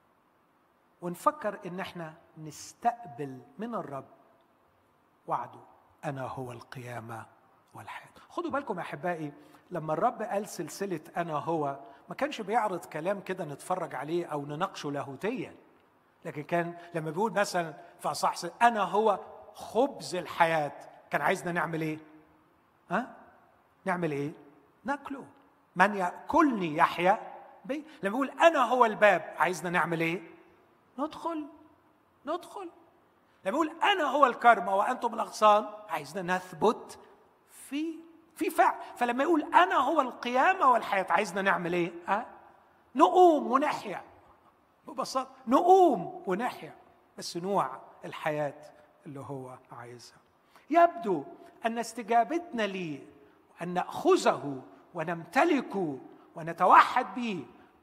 ونفكر إن احنا نستقبل من الرب وعده: أنا هو القيامة والحياة. خدوا بالكم يا أحبائي، لما الرب قال سلسلة أنا هو، ما كانش بيعرض كلام كده نتفرج عليه أو نناقشه لاهوتيا، لكن كان لما بيقول مثلا في أصح أنا هو خبز الحياة، كان عايزنا نعمل إيه؟ ها؟ نعمل إيه؟ ناكله. من يأكلني يحيا بي. لما بيقول أنا هو الباب، عايزنا نعمل إيه؟ ندخل ندخل. لما يقول أنا هو الكرمة وأنتم الأغصان، عايزنا نثبت في في فعل. فلما يقول أنا هو القيامة والحياة، عايزنا نعمل إيه؟ أه؟ نقوم ونحيا. ببساطة نقوم ونحيا، بس نوع الحياة اللي هو عايزها. يبدو أن استجابتنا ليه أن نأخذه ونمتلكه ونتوحد به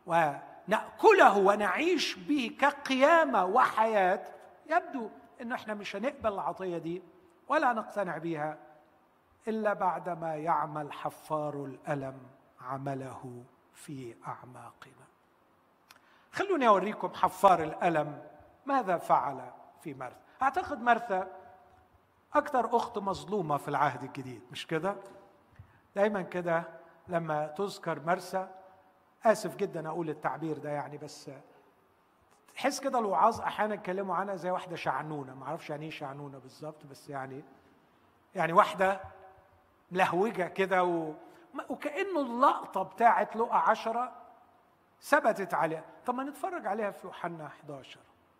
ونأكله ونعيش به كقيامة وحياة، يبدو أن احنا مش هنقبل العطية دي ولا نقتنع بها إلا بعدما يعمل حفار الألم عمله في أعماقنا. خلوني أوريكم حفار الألم ماذا فعل في مرثا. أعتقد مرثا أكثر أخت مظلومة في العهد الجديد، مش كده؟ دايما كده لما تذكر مرثا، آسف جدا أقول التعبير ده يعني، بس تحس كده الوعاظ أحيانا يتكلموا عنها زي واحدة شعنونة. ما أعرفش يعني إيه شعنونة بالظبط، بس يعني يعني واحدة ملهوجة كده و... وكأنه اللقطة بتاعت لقا عشرة ثبتت عليها. طب ما نتفرج عليها في يوحنا إحدى عشر.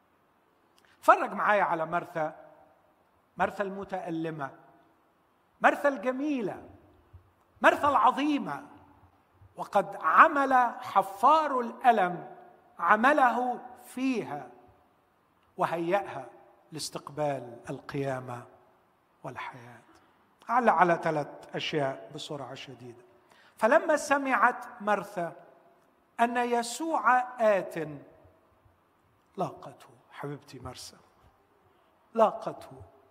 اتفرج معايا على مرثا، مرثا المتألمة، مرثا الجميلة، مرثا العظيمة. وقد عمل حفار الألم عمله فيها وهيئها لاستقبال القيامة والحياة. على على ثلاث أشياء بسرعة شديدة. فلما سمعت مرثا أن يسوع آت لاقته. حبيبتي مرثا لاقته.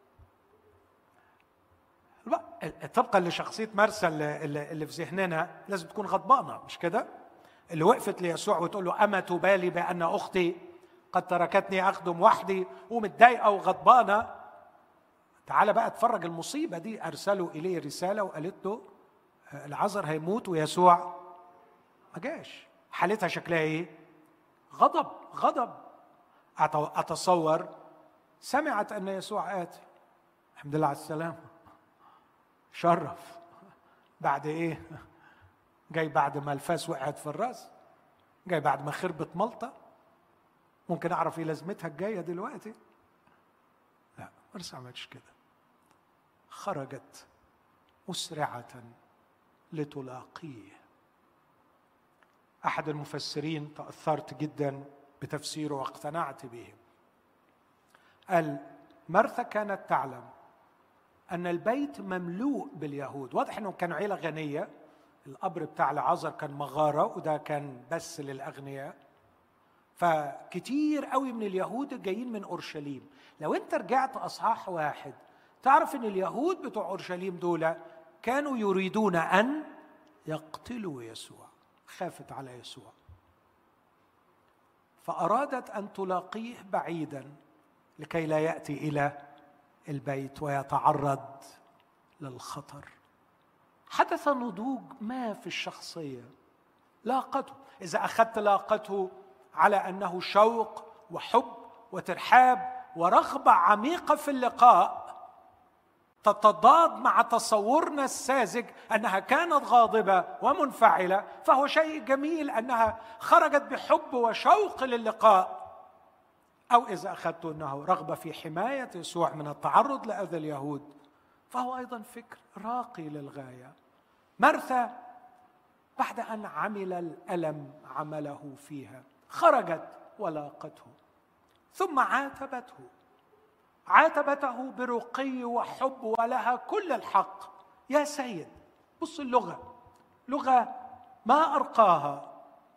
طبقا لشخصية مرثا اللي, اللي في ذهننا لازم تكون غضبانة، مش كده؟ اللي وقفت ليسوع وتقول له: أما تبالي بأن أختي قد تركتني أخدم وحدي، ومتضايقة وغضبانة. تعال بقى اتفرج المصيبة دي. أرسلوا إليه رسالة وقالت له العذر هيموت ويسوع ما جاش. حالتها شكلها إيه؟ غضب غضب. أتصور سمعت أن يسوع آتي، الحمد لله على السلامة، شرف. بعد إيه؟ جاي بعد ما الفاس وقعت في الرأس، جاي بعد ما خربت ملطة. ممكن أعرف إيه لازمتها الجاية دلوقتي؟ لا، مرثا ما عملتش كده. خرجت مسرعة لتلاقيه. أحد المفسرين تأثرت جدا بتفسيره واقتنعت به، قال: مرثا كانت تعلم أن البيت مملوء باليهود. واضح أنهم كانوا عيلة غنية. القبر بتاع العذر كان مغارة وده كان بس للأغنياء، فكتير قوي من اليهود جايين من أورشليم. لو أنت رجعت أصحاح واحد تعرف أن اليهود بتوع أورشليم دول كانوا يريدون أن يقتلوا يسوع، خافت على يسوع فأرادت أن تلاقيه بعيدا لكي لا يأتي إلى البيت ويتعرض للخطر. حدث نضوج ما في الشخصية، لاقته. إذا أخذت لاقته على أنه شوق وحب وترحاب ورغبة عميقة في اللقاء تتضاد مع تصورنا الساذج أنها كانت غاضبة ومنفعلة، فهو شيء جميل أنها خرجت بحب وشوق للقاء. أو إذا أخذت أنه رغبة في حماية يسوع من التعرض لأذى اليهود، فهو أيضا فكر راقي للغاية. مرثا بعد أن عمل الألم عمله فيها خرجت ولاقته، ثم عاتبته عاتبته برقي وحب ولها كل الحق. يا سيد، بص اللغة، لغة ما أرقاها.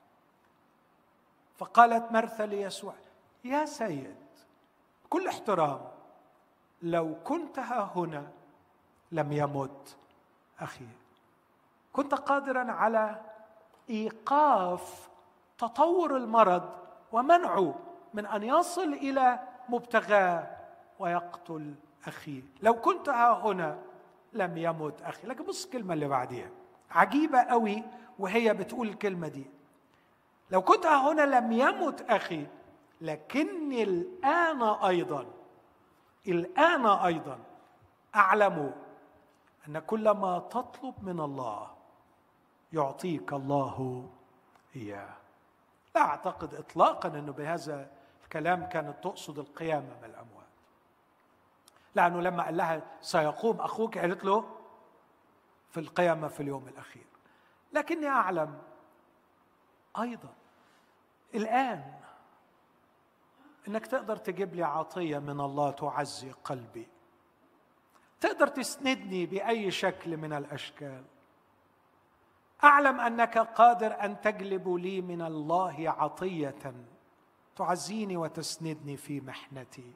فقالت مرثا ليسوع: يا سيد، كل احترام، لو كنت ها هنا لم يمت أخي. كنت قادرا على إيقاف تطور المرض ومنعه من أن يصل إلى مبتغاه ويقتل أخيه. لو كنت ها هنا لم يمت أخي. لكن بص الكلمة اللي بعديها عجيبة قوي وهي بتقول الكلمة دي: لو كنت ها هنا لم يمت أخي، لكني الآن أيضا الآن أيضا أعلم أن كل ما تطلب من الله يعطيك الله إياه. لا أعتقد إطلاقا أنه بهذا الكلام كانت تقصد القيامة من الأموات، لأنه لما قال لها سيقوم أخوك قالت له في القيامة في اليوم الأخير. لكني أعلم أيضا الآن أنك تقدر تجيب لي عطية من الله تعزي قلبي، تقدر تسندني بأي شكل من الأشكال. أعلم أنك قادر أن تجلب لي من الله عطية تعزيني وتسندني في محنتي.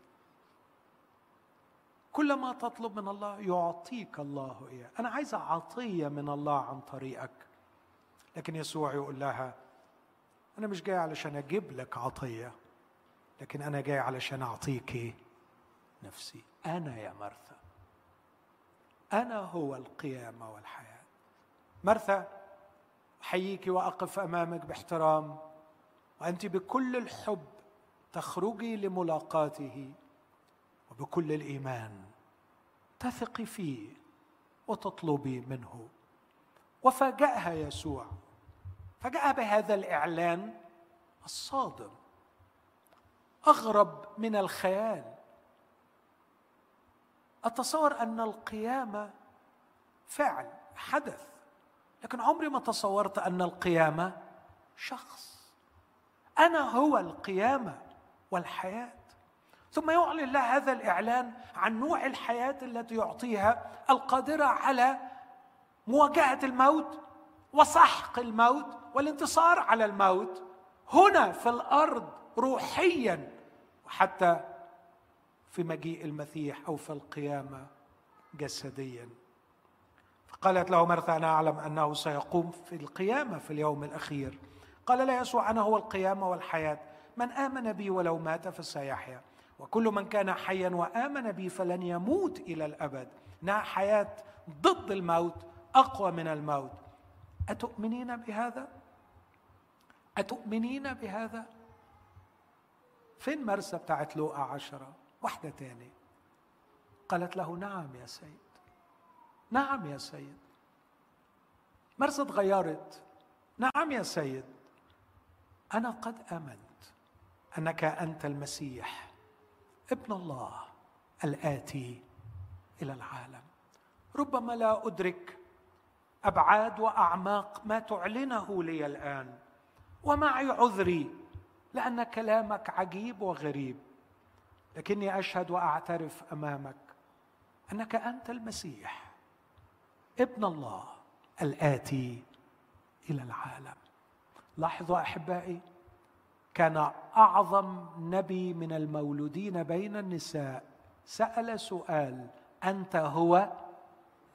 كل ما تطلب من الله يعطيك الله إياه. أنا عايزة عطية من الله عن طريقك. لكن يسوع يقول لها: أنا مش جاي علشان أجيب لك عطية، لكن أنا جاي علشان أعطيك نفسي. أنا يا مرثا، أنا هو القيامة والحياة. مرثا، أحييك وأقف أمامك باحترام، وأنت بكل الحب تخرجي لملاقاته، وبكل الإيمان تثقي فيه وتطلبي منه. وفاجأها يسوع، فاجأها بهذا الإعلان الصادم، أغرب من الخيال. أتصور أن القيامة فعل حدث، لكن عمري ما تصورت أن القيامة شخص. أنا هو القيامة والحياة. ثم يعلن له هذا الإعلان عن نوع الحياة التي يعطيها، القادرة على مواجهة الموت وسحق الموت والانتصار على الموت هنا في الأرض روحيا، وحتى في مجيء المسيح أو في القيامة جسديا. فقالت له مرثا: أنا أعلم أنه سيقوم في القيامة في اليوم الأخير. قال له يسوع: أنا هو القيامة والحياة، من آمن بي ولو مات فسيحيا، وكل من كان حيا وآمن بي فلن يموت إلى الأبد. إنها حياة ضد الموت، أقوى من الموت. أتؤمنين بهذا؟ أتؤمنين بهذا؟ فين مرثا بتاعت لوقا عشرة؟ واحدة تاني قالت له: نعم يا سيد، نعم يا سيد. مرثا اتغيرت. نعم يا سيد، أنا قد آمنت أنك أنت المسيح ابن الله الآتي إلى العالم. ربما لا أدرك أبعاد وأعماق ما تعلنه لي الآن، ومعي عذري لأن كلامك عجيب وغريب، لكني أشهد وأعترف أمامك أنك أنت المسيح ابن الله الآتي إلى العالم. لاحظوا أحبائي، كان أعظم نبي من المولودين بين النساء سأل سؤال: أنت هو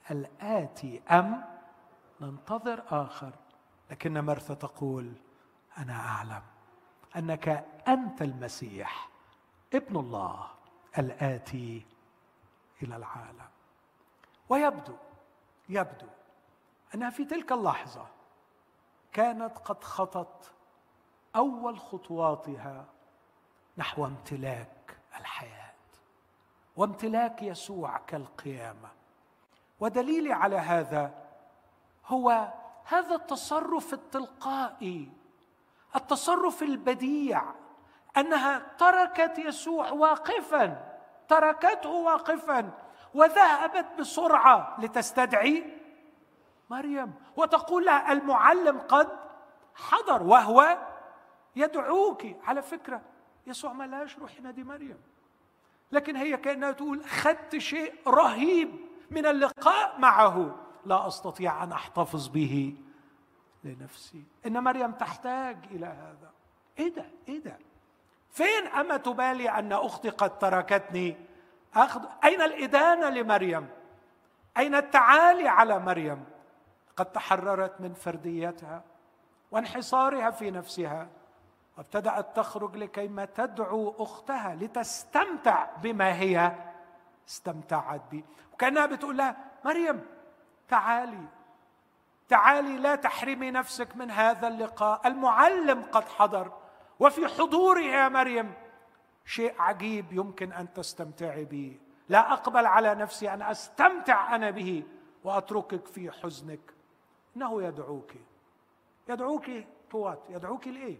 الآتي أم ننتظر آخر؟ لكن مرثا تقول أنا أعلم أنك أنت المسيح ابن الله الآتي إلى العالم. ويبدو يبدو أنها في تلك اللحظة كانت قد خطت أول خطواتها نحو امتلاك الحياة وامتلاك يسوع كالقيامة. ودليلي على هذا هو هذا التصرف التلقائي، التصرف البديع، أنها تركت يسوع واقفاً، تركته واقفاً وذهبت بسرعة لتستدعي مريم وتقول لها المعلم قد حضر وهو يدعوك. على فكرة يسوع ما لاش روحي نادي مريم، لكن هي كأنها تقول خدت شيء رهيب من اللقاء معه لا أستطيع أن أحتفظ به لنفسي. إن مريم تحتاج إلى هذا. إيه ده؟ إيه ده؟ فين أما تبالي أن أختي قد تركتني؟ أخذ أين الإدانة لمريم؟ أين التعالي على مريم؟ قد تحررت من فرديتها وانحصارها في نفسها وابتدأت تخرج لكيما تدعو أختها لتستمتع بما هي استمتعت به. وكأنها بتقول لها مريم تعالي تعالي لا تحرمي نفسك من هذا اللقاء، المعلم قد حضر وفي حضوره يا مريم شيء عجيب يمكن أن تستمتعي به. لا أقبل على نفسي أن أستمتع أنا به وأتركك في حزنك. إنه يدعوك يدعوك توات يدعوك لإيه؟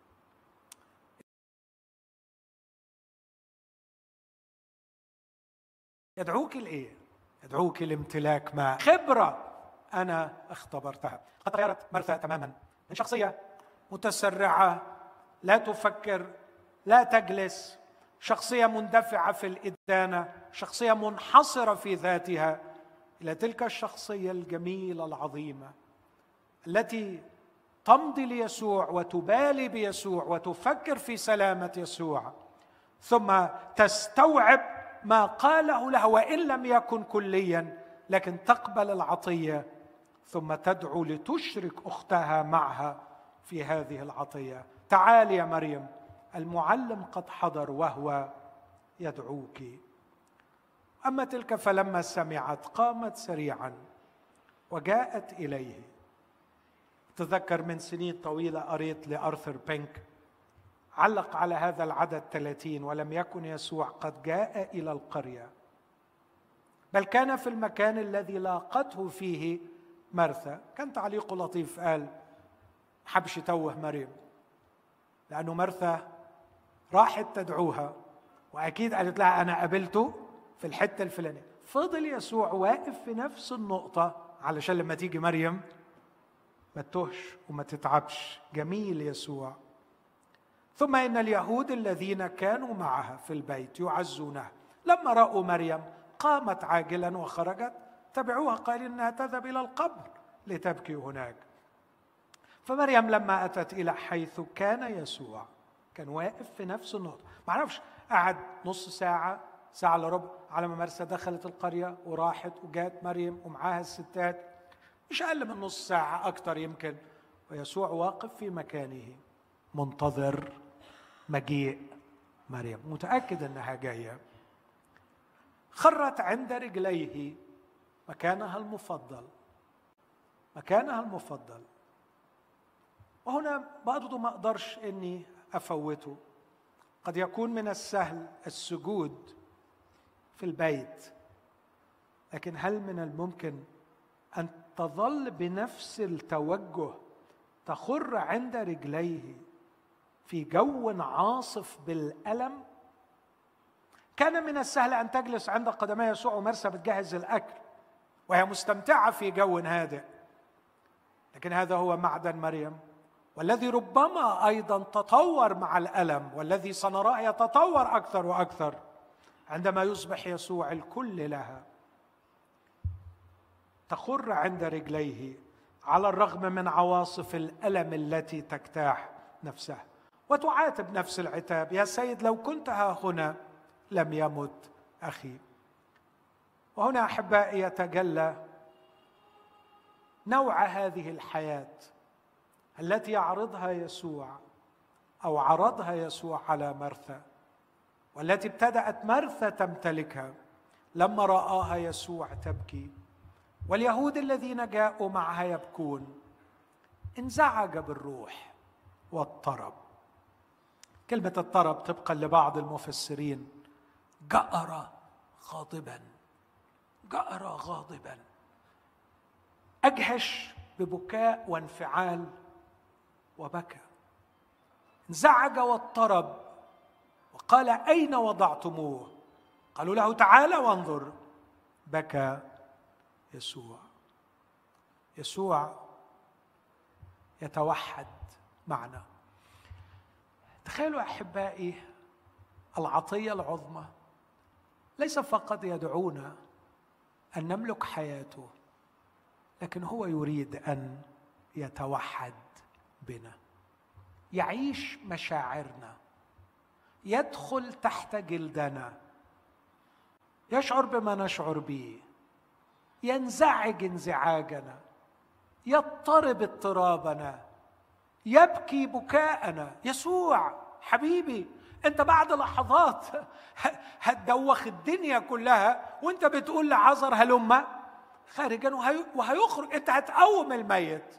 يدعوك لإيه؟ يدعوك لامتلاك ما خبرة أنا اختبرتها. قد تغيرت مرثا تماما من شخصية متسرعة لا تفكر لا تجلس، شخصية مندفعة في الإدانة، شخصية منحصرة في ذاتها، إلى تلك الشخصية الجميلة العظيمة التي تمضي ليسوع وتبالي بيسوع وتفكر في سلامة يسوع، ثم تستوعب ما قاله لها وإن لم يكن كليا، لكن تقبل العطية ثم تدعو لتشرك أختها معها في هذه العطية. تعالي يا مريم المعلم قد حضر وهو يدعوك. أما تلك فلما سمعت قامت سريعا وجاءت إليه. تذكر من سنين طويلة قريت لأرثر بينك علق على هذا العدد ثلاثين: ولم يكن يسوع قد جاء إلى القرية بل كان في المكان الذي لاقته فيه مرثا. كان تعليقه لطيف، قال حبش يتوه مريم لأنه مرثا راحت تدعوها وأكيد قالت لها أنا قابلته في الحتة الفلانية. فضل يسوع واقف في نفس النقطة علشان لما تيجي مريم ما تتوهش وما تتعبش. جميل يسوع. ثم إن اليهود الذين كانوا معها في البيت يعزونها لما رأوا مريم قامت عاجلا وخرجت تبعوها قال إنها تذهب إلى القبر لتبكي هناك. فمريم لما أتت إلى حيث كان يسوع كان واقف في نفس النقطة. ما عرفش قعد نص ساعة ساعة إلا ربع على ما مرثا دخلت القرية وراحت وجات مريم ومعاها الستات، مش أقل من نص ساعة أكتر يمكن، ويسوع واقف في مكانه منتظر مجيء مريم، متأكد أنها جاية. خرت عند رجليه مكانها المفضل مكانها المفضل. وهنا برضو ما أقدرش أني أفوته. قد يكون من السهل السجود في البيت، لكن هل من الممكن أن تظل بنفس التوجه تخر عند رجليه في جو عاصف بالألم؟ كان من السهل أن تجلس عند قدمي يسوع ومرثا بتجهز الأكل وهي مستمتعة في جو هادئ، لكن هذا هو معدن مريم، والذي ربما أيضا تطور مع الألم، والذي سنراه يتطور أكثر وأكثر عندما يصبح يسوع الكل لها. تخر عند رجليه على الرغم من عواصف الألم التي تجتاح نفسها، وتعاتب نفس العتاب: يا سيد لو كنت ها هنا لم يمت أخي. وهنا أحبائي يتجلى نوع هذه الحياة التي يعرضها يسوع أو عرضها يسوع على مرثا، والتي ابتدأت مرثا تمتلكها لما رآها يسوع تبكي واليهود الذين جاءوا معها يبكون، انزعج بالروح واضطرب. كلمة اضطرب طبقا لبعض المفسرين جأر غاضبا، جأر غاضبا، أجهش ببكاء وانفعال وبكى. انزعج واضطرب وقال: أين وضعتموه؟ قالوا له: تعالى وانظر. بكى يسوع. يسوع يتوحد معنا. تخيلوا أحبائي، العطية العظمى ليس فقط يدعونا أن نملك حياته، لكن هو يريد أن يتوحد بنا، يعيش مشاعرنا، يدخل تحت جلدنا، يشعر بما نشعر به، ينزعج انزعاجنا، يضطرب اضطرابنا، يبكي بكاءنا. يسوع حبيبي، انت بعد لحظات هتدوخ الدنيا كلها وانت بتقول لعازر هلم خارجا وهيخرج، انت هتقوم الميت.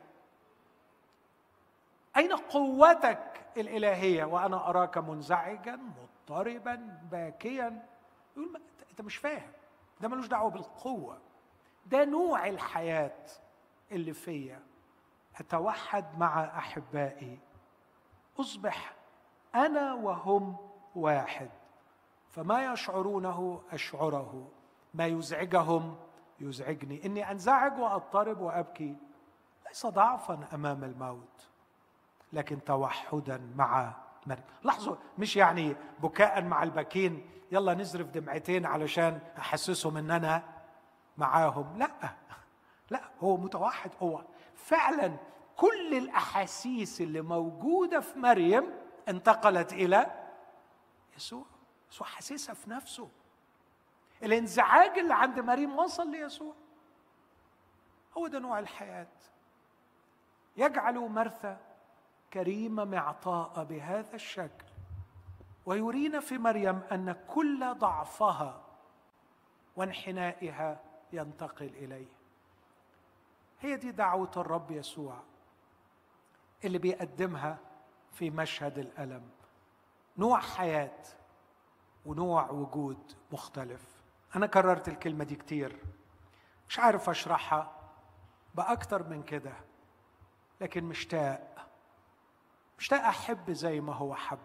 اين قوتك الالهيه وانا اراك منزعجا مضطربا باكيا؟ يقول انت مش فاهم، ده ملوش دعوه بالقوه، ده نوع الحياه اللي فيا. اتوحد مع احبائي، اصبح انا وهم واحد، فما يشعرونه اشعره، ما يزعجهم يزعجني. اني انزعج واضطرب وابكي ليس ضعفا امام الموت، لكن توحدا مع مريم. لاحظوا، مش يعني بكاء مع الباكين، يلا نزرف دمعتين علشان احسسهم ان انا معاهم. لا لا، هو متوحد. هو فعلا كل الاحاسيس اللي موجوده في مريم انتقلت الى يسوع. يسوع حاسسها في نفسه. الانزعاج اللي عند مريم وصل ليسوع. هو ده نوع الحياه. يجعل مرثا كريمه معطاءه بهذا الشكل، ويرينا في مريم ان كل ضعفها وانحنائها ينتقل اليه. هي دي دعوة الرب يسوع اللي بيقدمها في مشهد الألم، نوع حياة ونوع وجود مختلف. أنا كررت الكلمة دي كتير، مش عارف أشرحها بأكتر من كده، لكن مشتاق مشتاق أحب زي ما هو حب،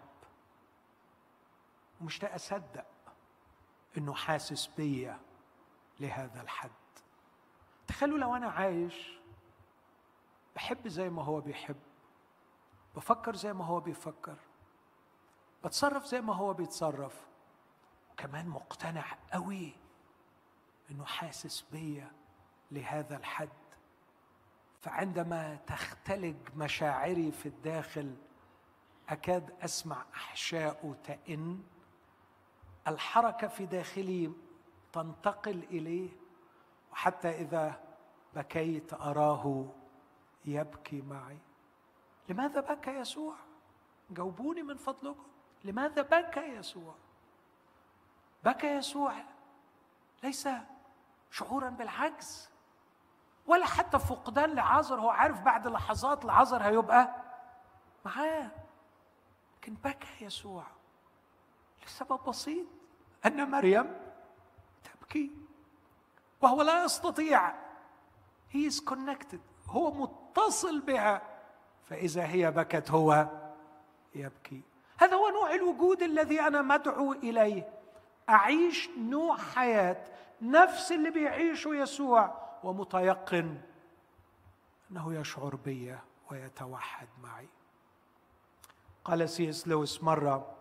ومشتاق أصدق إنه حاسس بيا لهذا الحد. تخيلوا لو أنا عايش بحب زي ما هو بيحب، بفكر زي ما هو بيفكر، بتصرف زي ما هو بيتصرف، وكمان مقتنع قوي إنه حاسس بيا لهذا الحد. فعندما تختلج مشاعري في الداخل أكاد أسمع أحشاء تئن، الحركة في داخلي تنتقل إليه، وحتى إذا بكيت أراه يبكي معي. لماذا بكى يسوع؟ جاوبوني من فضلكم، لماذا بكى يسوع؟ بكى يسوع ليس شعورا بالعجز ولا حتى فقدان لعازر، هو عارف بعد لحظات لعازر هيبقى معاه، لكن بكى يسوع لسبب بسيط، أن مريم تبكي وهو لا يستطيع. he is connected، هو متصل بها، فإذا هي بكت هو يبكي. هذا هو نوع الوجود الذي أنا مدعو إليه، أعيش نوع حياة نفس اللي بيعيشه يسوع، ومتيقن أنه يشعر بي ويتوحد معي. قال سيس لويس مرة: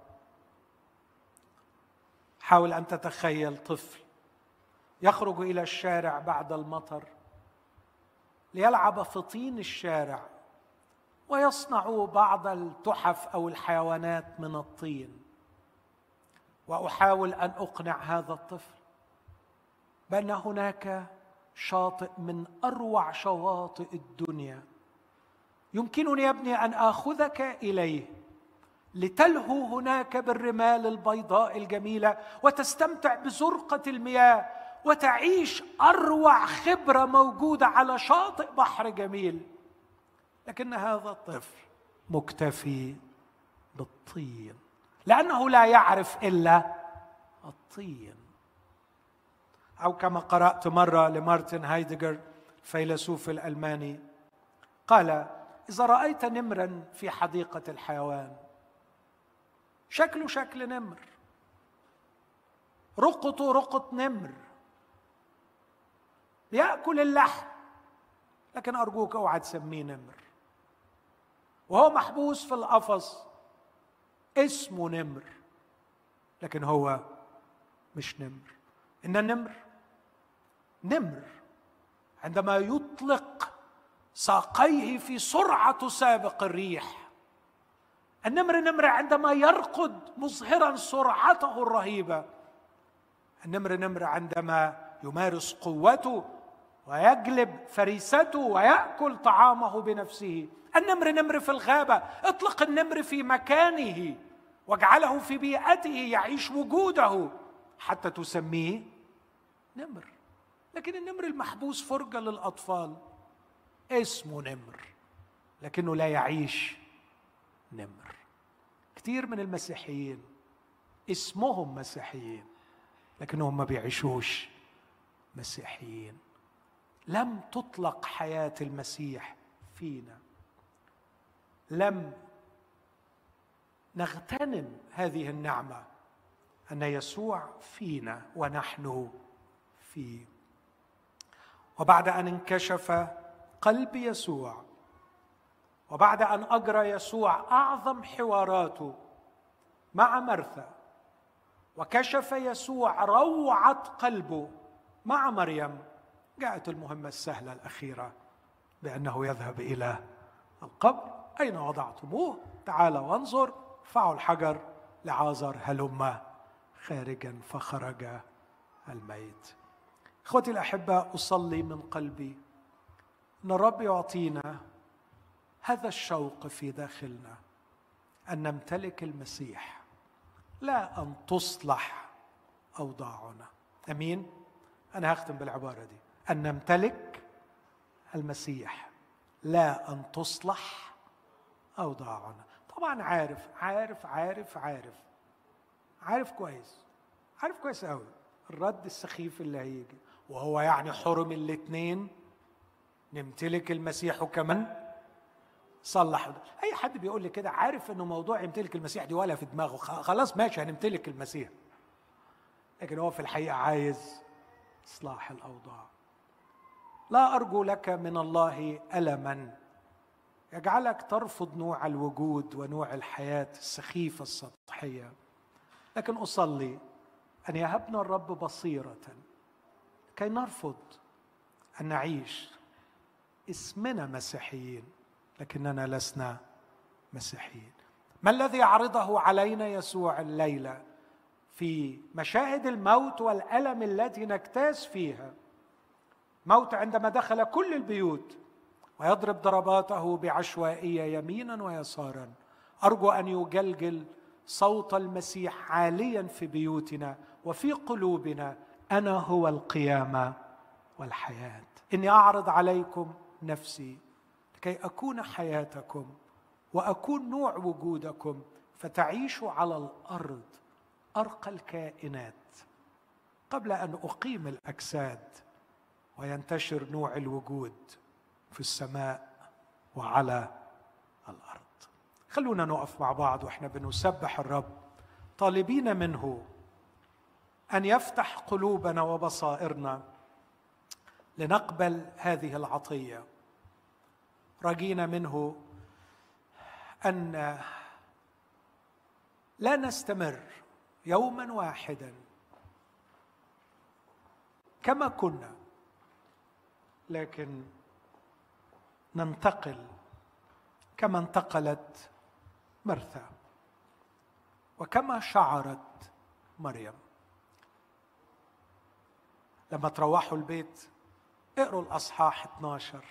حاول أن تتخيل طفل يخرج إلى الشارع بعد المطر ليلعب في طين الشارع ويصنع بعض التحف أو الحيوانات من الطين، وأحاول أن أقنع هذا الطفل بأن هناك شاطئ من أروع شواطئ الدنيا، يمكنني يا ابني أن آخذك إليه لتلهو هناك بالرمال البيضاء الجميلة وتستمتع بزرقة المياه وتعيش أروع خبرة موجودة على شاطئ بحر جميل. لكن هذا الطفل مكتفي بالطين، لأنه لا يعرف إلا الطين. أو كما قرأت مرة لمارتن هايدغر الفيلسوف الألماني، قال: إذا رأيت نمرا في حديقة الحيوان شكله شكل نمر، رقطه رقط نمر، يأكل اللحم، لكن أرجوك اوعى تسميه نمر. وهو محبوس في القفص اسمه نمر، لكن هو مش نمر. إن النمر نمر عندما يطلق ساقيه في سرعة تسابق الريح. النمر نمر عندما يرقد مظهرا سرعته الرهيبة. النمر نمر عندما يمارس قوته ويجلب فريسته ويأكل طعامه بنفسه. النمر نمر في الغابة، اطلق النمر في مكانه واجعله في بيئته يعيش وجوده حتى تسميه نمر. لكن النمر المحبوس فرجة للأطفال اسمه نمر، لكنه لا يعيش نمر. كتير من المسيحيين اسمهم مسيحيين لكنهم ما بيعيشوش مسيحيين. لم تطلق حياة المسيح فينا، لم نغتنم هذه النعمة أن يسوع فينا ونحن فيه. وبعد أن انكشف قلب يسوع، وبعد أن أجرى يسوع أعظم حواراته مع مرثا، وكشف يسوع روعة قلبه مع مريم، جاءت المهمة السهلة الأخيرة بأنه يذهب إلى القبر. أين وضعتموه؟ تعال وانظر. ارفعوا الحجر، لعازر هلم خارجا. فخرج الميت. اخوتي الأحباء، أصلي من قلبي أن الرب يعطينا هذا الشوق في داخلنا أن نمتلك المسيح، لا أن تصلح أوضاعنا. أمين؟ أنا هختم بالعبارة دي، أن نمتلك المسيح لا أن تصلح أوضاعنا. طبعا عارف عارف عارف عارف عارف كويس عارف كويس قوي الرد السخيف اللي هيجي، وهو يعني حرم الاثنين، نمتلك المسيح وكمان صلح. اي حد بيقول لي كده عارف انه موضوع يمتلك المسيح دي ولا في دماغه، خلاص ماشي هنمتلك المسيح، لكن هو في الحقيقة عايز إصلاح الأوضاع. لا أرجو لك من الله ألما يجعلك ترفض نوع الوجود ونوع الحياة السخيفة السطحية، لكن أصلي أن يهبنا الرب بصيرة كي نرفض أن نعيش اسمنا مسيحيين لكننا لسنا مسيحيين. ما الذي يعرضه علينا يسوع الليلة في مشاهد الموت والألم التي نجتاز فيها؟ موت عندما دخل كل البيوت ويضرب ضرباته بعشوائية يمينا ويسارا. أرجو أن يجلجل صوت المسيح عاليا في بيوتنا وفي قلوبنا: أنا هو القيامة والحياة. إني أعرض عليكم نفسي لكي أكون حياتكم وأكون نوع وجودكم، فتعيشوا على الأرض أرقى الكائنات قبل أن أقيم الأجساد وينتشر نوع الوجود في السماء وعلى الأرض. خلونا نقف مع بعض وإحنا بنسبح الرب طالبين منه أن يفتح قلوبنا وبصائرنا لنقبل هذه العطية، رجينا منه أن لا نستمر يوما واحدا كما كنا، لكن ننتقل كما انتقلت مرثا وكما شعرت مريم. لما تروحوا البيت اقروا الأصحاح اثناشر.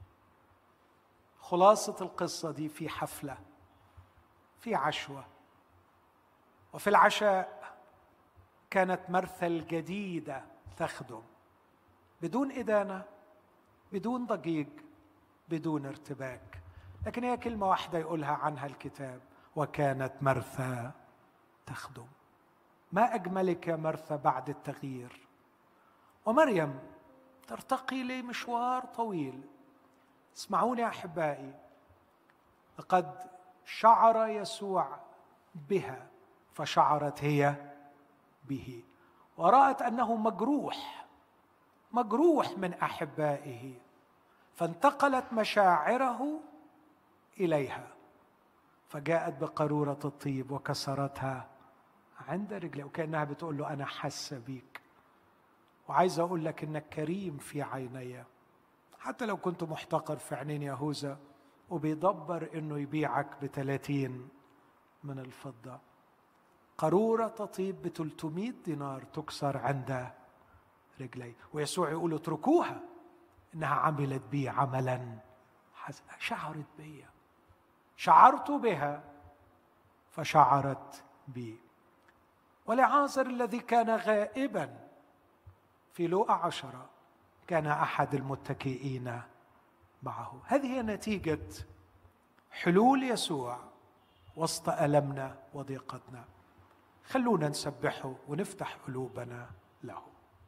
خلاصة القصة دي في حفلة، في عشوة، وفي العشاء كانت مرثا الجديدة تخدم بدون إدانة، بدون ضجيج، بدون ارتباك، لكن هي كلمة واحدة يقولها عنها الكتاب: وكانت مرثا تخدم. ما أجملك يا مرثا بعد التغيير. ومريم ترتقي لمشوار طويل. اسمعوني أحبائي، لقد شعر يسوع بها فشعرت هي به، ورأت أنه مجروح مجروح من أحبائه، فانتقلت مشاعره إليها، فجاءت بقارورة الطيب وكسرتها عند رجله، وكأنها بتقول له أنا حاسة بيك، وعايز أقول لك إنك كريم في عيني، حتى لو كنت محتقر في عينين يهوذا وبيدبر إنه يبيعك بثلاثين من الفضة. قارورة طيب بثلاثمائة دينار تكسر عند رجلي، ويسوع يقول اتركوها إنها عملت بي عملا حسنا. شعرت بي، شعرت بها فشعرت بي. ولعازر الذي كان غائبا في لوقا عشرة كان أحد المتكئين معه. هذه هي نتيجة حلول يسوع وسط ألمنا وضيقتنا. خلونا نسبحه ونفتح قلوبنا له.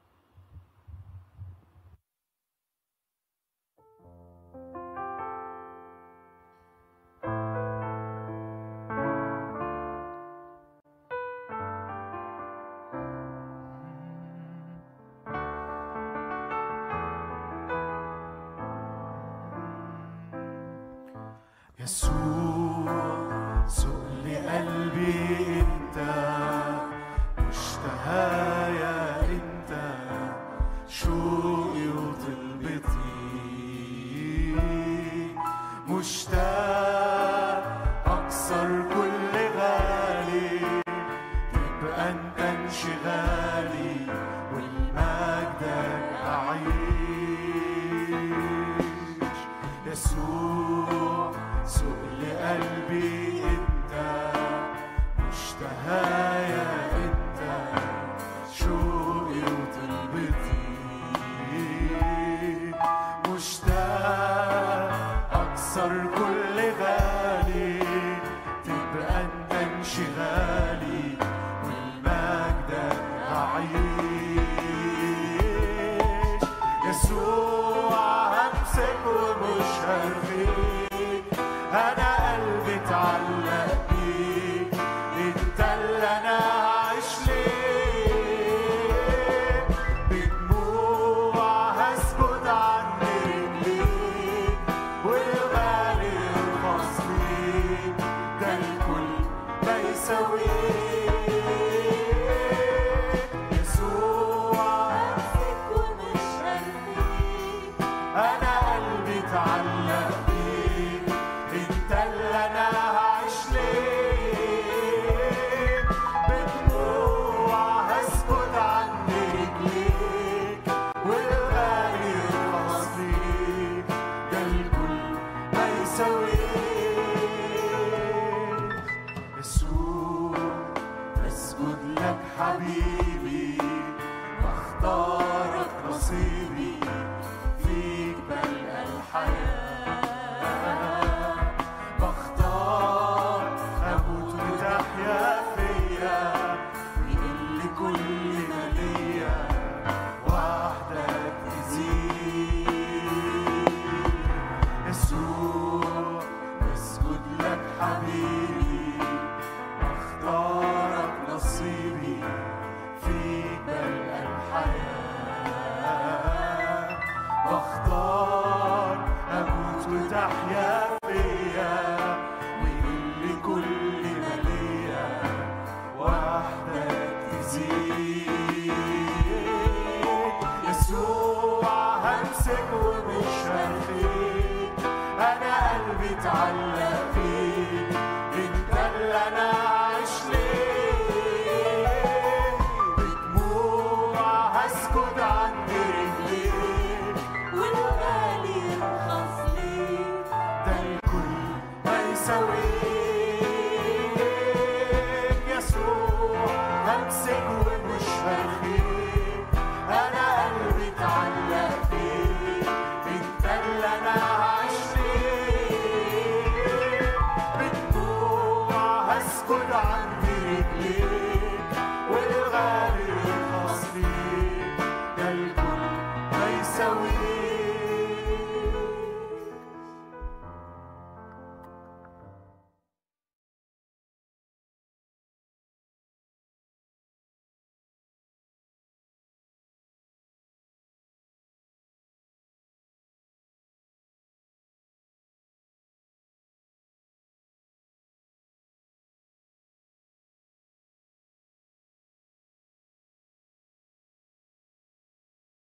يسوع سؤل قلبي انت، مشتهايا انت عند رجليه